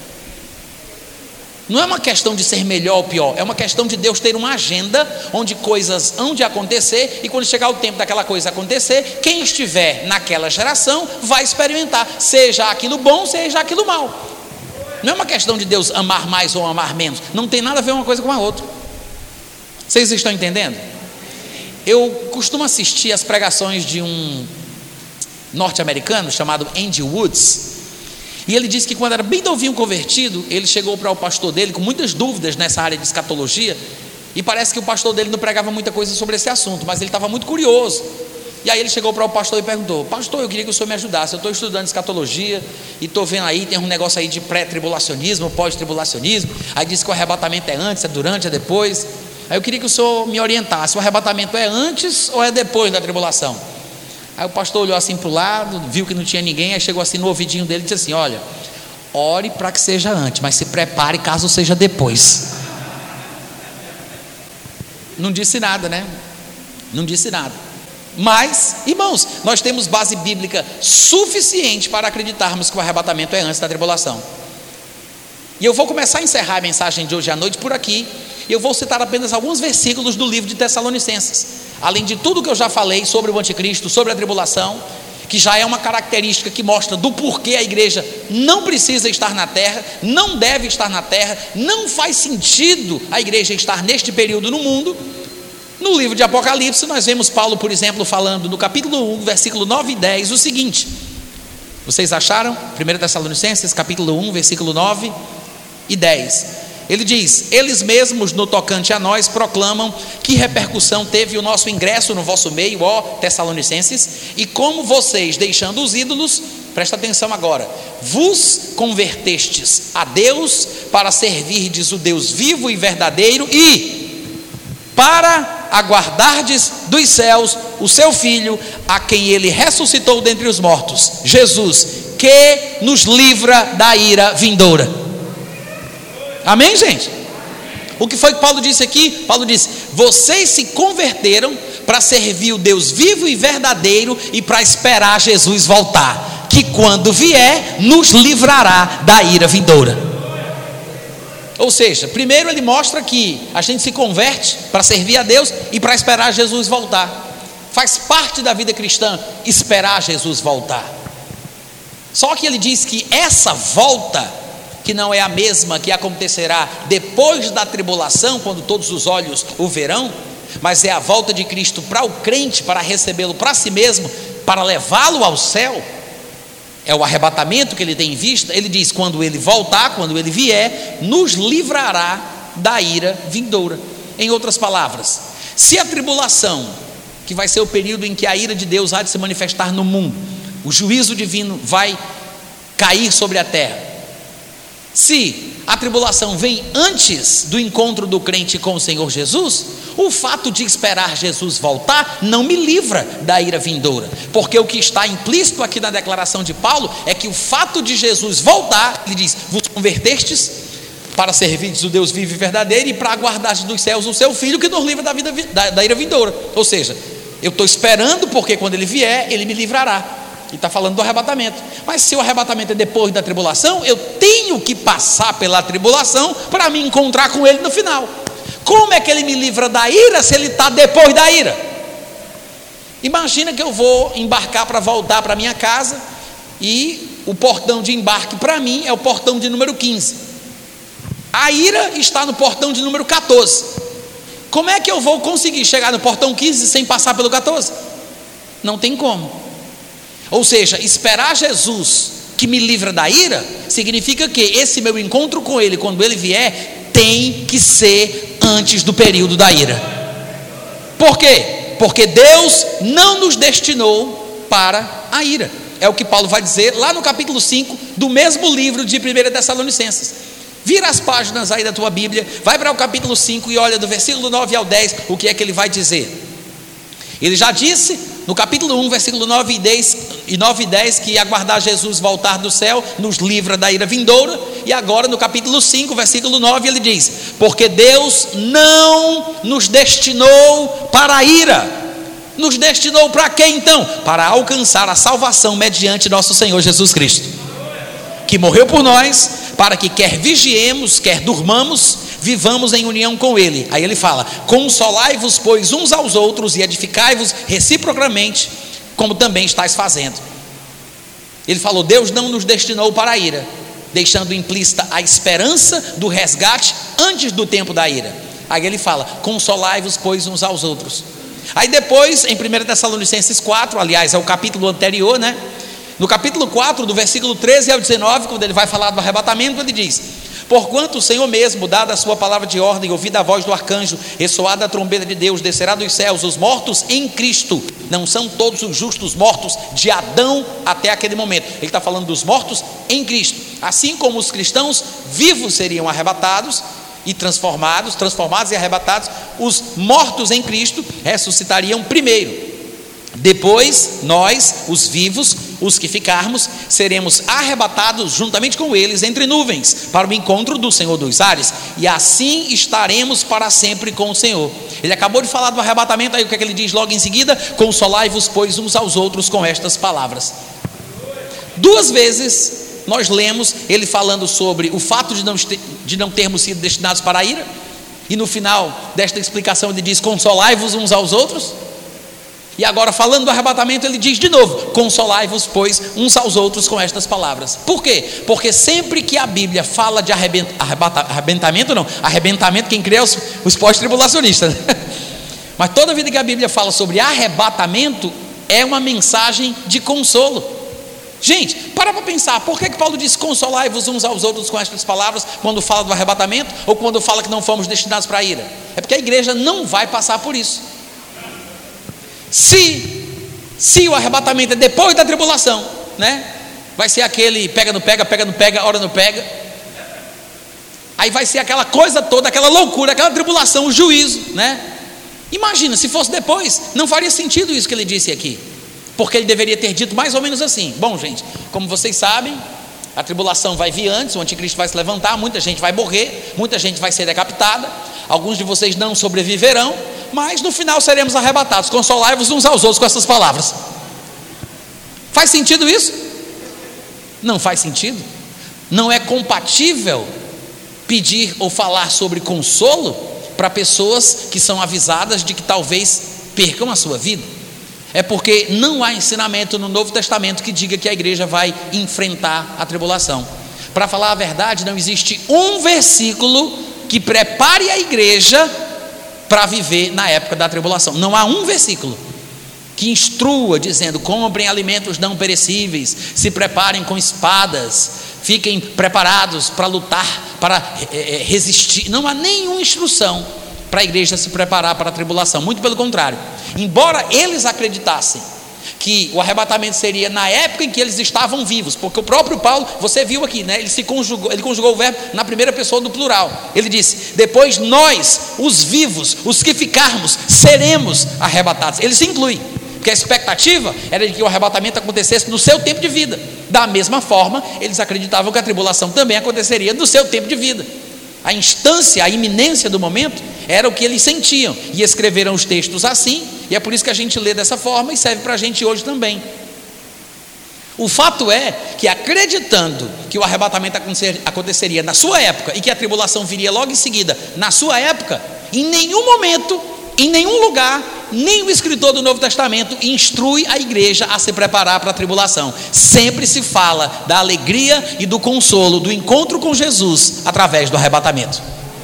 Não é uma questão de ser melhor ou pior, é uma questão de Deus ter uma agenda onde coisas hão de acontecer, e quando chegar o tempo daquela coisa acontecer, quem estiver naquela geração vai experimentar, seja aquilo bom, seja aquilo mal. Não é uma questão de Deus amar mais ou amar menos, não tem nada a ver uma coisa com a outra. Vocês estão entendendo? Eu costumo assistir as pregações de um norte-americano chamado Andy Woods, e ele disse que quando era bem novinho convertido, ele chegou para o pastor dele com muitas dúvidas nessa área de escatologia, e parece que o pastor dele não pregava muita coisa sobre esse assunto, mas ele estava muito curioso. E aí ele chegou para o pastor e perguntou: pastor, eu queria que o senhor me ajudasse, eu estou estudando escatologia e estou vendo aí, tem um negócio aí de pré-tribulacionismo, pós-tribulacionismo, aí diz que o arrebatamento é antes, é durante, é depois. Aí eu queria que o senhor me orientasse, o arrebatamento é antes ou é depois da tribulação? Aí o pastor olhou assim para o lado, viu que não tinha ninguém, aí chegou assim no ouvidinho dele e disse assim: olha, ore para que seja antes, mas se prepare caso seja depois. Não disse nada, né? Não disse nada. Mas, irmãos, nós temos base bíblica suficiente para acreditarmos que o arrebatamento é antes da tribulação. E eu vou começar a encerrar a mensagem de hoje à noite por aqui. Eu vou citar apenas alguns versículos do livro de Tessalonicenses, além de tudo que eu já falei sobre o anticristo, sobre a tribulação, que já é uma característica que mostra do porquê a igreja não precisa estar na terra, não deve estar na terra, não faz sentido a igreja estar neste período no mundo. No livro de Apocalipse nós vemos Paulo, por exemplo, falando no capítulo um, versículo nove e dez, o seguinte. Vocês acharam? primeira Tessalonicenses, capítulo um, versículo nove e dez. Ele diz: eles mesmos no tocante a nós proclamam que repercussão teve o nosso ingresso no vosso meio, ó Tessalonicenses, e como vocês, deixando os ídolos, presta atenção agora, vos convertestes a Deus para servirdes o Deus vivo e verdadeiro e para aguardardes dos céus o seu Filho, a quem ele ressuscitou dentre os mortos, Jesus, que nos livra da ira vindoura. Amém, gente? O que foi que Paulo disse aqui? Paulo disse: vocês se converteram para servir o Deus vivo e verdadeiro e para esperar Jesus voltar, que quando vier nos livrará da ira vindoura. Ou seja, primeiro ele mostra que a gente se converte para servir a Deus e para esperar Jesus voltar. Faz parte da vida cristã esperar Jesus voltar. Só que ele diz que essa volta, que não é a mesma que acontecerá depois da tribulação, quando todos os olhos o verão, mas é a volta de Cristo para o crente, para recebê-lo para si mesmo, para levá-lo ao céu, é o arrebatamento que ele tem em vista. Ele diz: quando ele voltar, quando ele vier, nos livrará da ira vindoura. Em outras palavras, se a tribulação, que vai ser o período em que a ira de Deus há de se manifestar no mundo, o juízo divino vai cair sobre a terra, se a tribulação vem antes do encontro do crente com o Senhor Jesus, o fato de esperar Jesus voltar não me livra da ira vindoura, porque o que está implícito aqui na declaração de Paulo é que o fato de Jesus voltar, ele diz: vos convertestes para servirdes o Deus vivo e verdadeiro e para aguardardes dos céus o seu Filho, que nos livra da, vida, da, da ira vindoura. Ou seja, eu estou esperando, porque quando ele vier, ele me livrará. E está falando do arrebatamento. Mas se o arrebatamento é depois da tribulação, eu tenho que passar pela tribulação para me encontrar com ele no final. Como é que ele me livra da ira se ele está depois da ira? Imagina que eu vou embarcar para voltar para minha casa e o portão de embarque para mim é o portão de número quinze. A ira está no portão de número quatorze. Como é que eu vou conseguir chegar no portão quinze sem passar pelo quatorze? Não tem como. Ou seja, esperar Jesus que me livra da ira significa que esse meu encontro com ele, quando ele vier, tem que ser antes do período da ira. Por quê? Porque Deus não nos destinou para a ira. É o que Paulo vai dizer lá no capítulo cinco do mesmo livro de primeira Tessalonicenses. Vira as páginas aí da tua Bíblia, vai para o capítulo cinco e olha do versículo nove ao dez o que é que ele vai dizer. Ele já disse no capítulo um, versículo nove e dez, e nove e dez, que aguardar Jesus voltar do céu nos livra da ira vindoura. E agora no capítulo cinco, versículo nove, ele diz: porque Deus não nos destinou para a ira. Nos destinou para quê então? Para alcançar a salvação mediante nosso Senhor Jesus Cristo, que morreu por nós, para que quer vigiemos, quer durmamos, vivamos em união com ele. Aí ele fala: consolai-vos pois uns aos outros e edificai-vos reciprocamente, como também estáis fazendo. Ele falou: Deus não nos destinou para a ira, deixando implícita a esperança do resgate antes do tempo da ira. Aí ele fala: consolai-vos pois uns aos outros. Aí depois, em primeira Tessalonicenses quatro, aliás é o capítulo anterior, né? No capítulo quatro, do versículo treze ao dezenove, quando ele vai falar do arrebatamento, ele diz: Porquanto o Senhor mesmo, dada a sua palavra de ordem, ouvida a voz do arcanjo, ressoada a trombeta de Deus, descerá dos céus. Os mortos em Cristo, não são todos os justos mortos de Adão até aquele momento, ele está falando dos mortos em Cristo, assim como os cristãos vivos seriam arrebatados e transformados, transformados e arrebatados, os mortos em Cristo ressuscitariam primeiro. Depois, nós, os vivos, os que ficarmos, seremos arrebatados juntamente com eles entre nuvens, para o encontro do Senhor dos ares, e assim estaremos para sempre com o Senhor. Ele acabou de falar do arrebatamento, aí o que é que ele diz logo em seguida? Consolai-vos, pois, uns aos outros com estas palavras. Duas vezes nós lemos ele falando sobre o fato de não, de não termos sido destinados para a ira, e no final desta explicação ele diz: consolai-vos uns aos outros. E agora, falando do arrebatamento, ele diz de novo: consolai-vos, pois, uns aos outros com estas palavras. Por quê? Porque sempre que a Bíblia fala de arrebenta, arrebata, arrebentamento, não, arrebentamento, quem crê é os, os pós-tribulacionistas, né? Mas toda vida que a Bíblia fala sobre arrebatamento, é uma mensagem de consolo. Gente, para para pensar, por que que Paulo diz consolai-vos uns aos outros com estas palavras, quando fala do arrebatamento, ou quando fala que não fomos destinados para a ira? É porque a igreja não vai passar por isso. Se, se o arrebatamento é depois da tribulação, né? Vai ser aquele pega no pega, pega no pega, hora no pega. Aí vai ser aquela coisa toda, aquela loucura, aquela tribulação, o juízo, né? Imagina, se fosse depois, não faria sentido isso que ele disse aqui, porque ele deveria ter dito mais ou menos assim: bom, gente, como vocês sabem, a tribulação vai vir antes, o anticristo vai se levantar, muita gente vai morrer, muita gente vai ser decapitada, alguns de vocês não sobreviverão, mas no final seremos arrebatados. Consolai-vos uns aos outros com essas palavras. Faz sentido isso? Não faz sentido. Não é compatível pedir ou falar sobre consolo para pessoas que são avisadas de que talvez percam a sua vida. É porque não há ensinamento no Novo Testamento que diga que a igreja vai enfrentar a tribulação. Para falar a verdade, não existe um versículo que prepare a igreja para viver na época da tribulação. Não há um versículo que instrua dizendo: comprem alimentos não perecíveis, se preparem com espadas, fiquem preparados para lutar, para é, resistir. Não há nenhuma instrução para a igreja se preparar para a tribulação. Muito pelo contrário, embora eles acreditassem que o arrebatamento seria na época em que eles estavam vivos, porque o próprio Paulo, você viu aqui, né? Ele se conjugou, ele conjugou o verbo na primeira pessoa do plural. Ele disse: depois nós, os vivos, os que ficarmos, seremos arrebatados. Ele se inclui, porque a expectativa era de que o arrebatamento acontecesse no seu tempo de vida. Da mesma forma, eles acreditavam que a tribulação também aconteceria no seu tempo de vida. A instância, a iminência do momento era o que eles sentiam, e escreveram os textos assim, e é por isso que a gente lê dessa forma e serve para a gente hoje também. O fato é que, acreditando que o arrebatamento aconteceria na sua época e que a tribulação viria logo em seguida na sua época, em nenhum momento, em nenhum lugar, nem o escritor do Novo Testamento instrui a igreja a se preparar para a tribulação. Sempre se fala da alegria e do consolo do encontro com Jesus através do arrebatamento.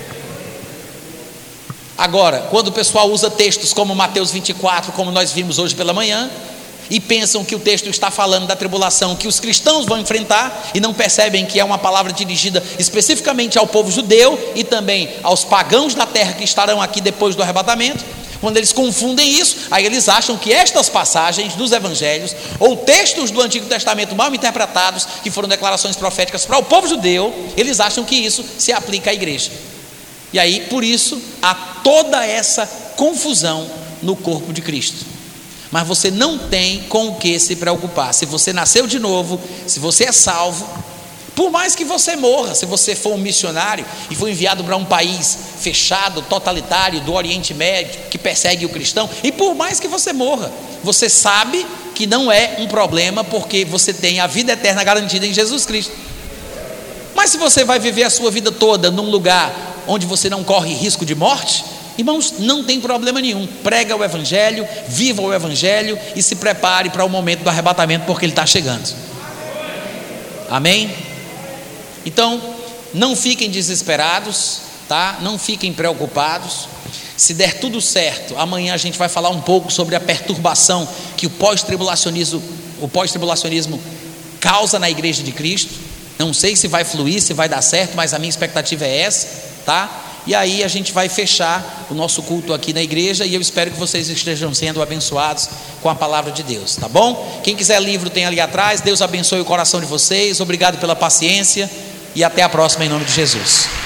Agora, quando o pessoal usa textos como Mateus vinte e quatro, como nós vimos hoje pela manhã, e pensam que o texto está falando da tribulação que os cristãos vão enfrentar, e não percebem que é uma palavra dirigida especificamente ao povo judeu e também aos pagãos da terra que estarão aqui depois do arrebatamento, quando eles confundem isso, aí eles acham que estas passagens dos evangelhos, ou textos do Antigo Testamento mal interpretados, que foram declarações proféticas para o povo judeu, eles acham que isso se aplica à igreja. E aí, por isso, há toda essa confusão no corpo de Cristo. Mas você não tem com o que se preocupar. Se você nasceu de novo, se você é salvo, por mais que você morra, se você for um missionário e for enviado para um país fechado, totalitário, do Oriente Médio, que persegue o cristão, e por mais que você morra, você sabe que não é um problema, porque você tem a vida eterna garantida em Jesus Cristo. Mas se você vai viver a sua vida toda num lugar onde você não corre risco de morte, irmãos, não tem problema nenhum. Prega o evangelho, viva o evangelho e se prepare para o momento do arrebatamento, porque ele está chegando. Amém? Então, não fiquem desesperados, tá? Não fiquem preocupados. Se der tudo certo, amanhã a gente vai falar um pouco sobre a perturbação que o pós-tribulacionismo, o pós-tribulacionismo causa na igreja de Cristo. Não sei se vai fluir, se vai dar certo, mas a minha expectativa é essa, tá? E aí a gente vai fechar o nosso culto aqui na igreja, e eu espero que vocês estejam sendo abençoados com a palavra de Deus, tá bom? Quem quiser livro tem ali atrás. Deus abençoe o coração de vocês, obrigado pela paciência e até a próxima em nome de Jesus.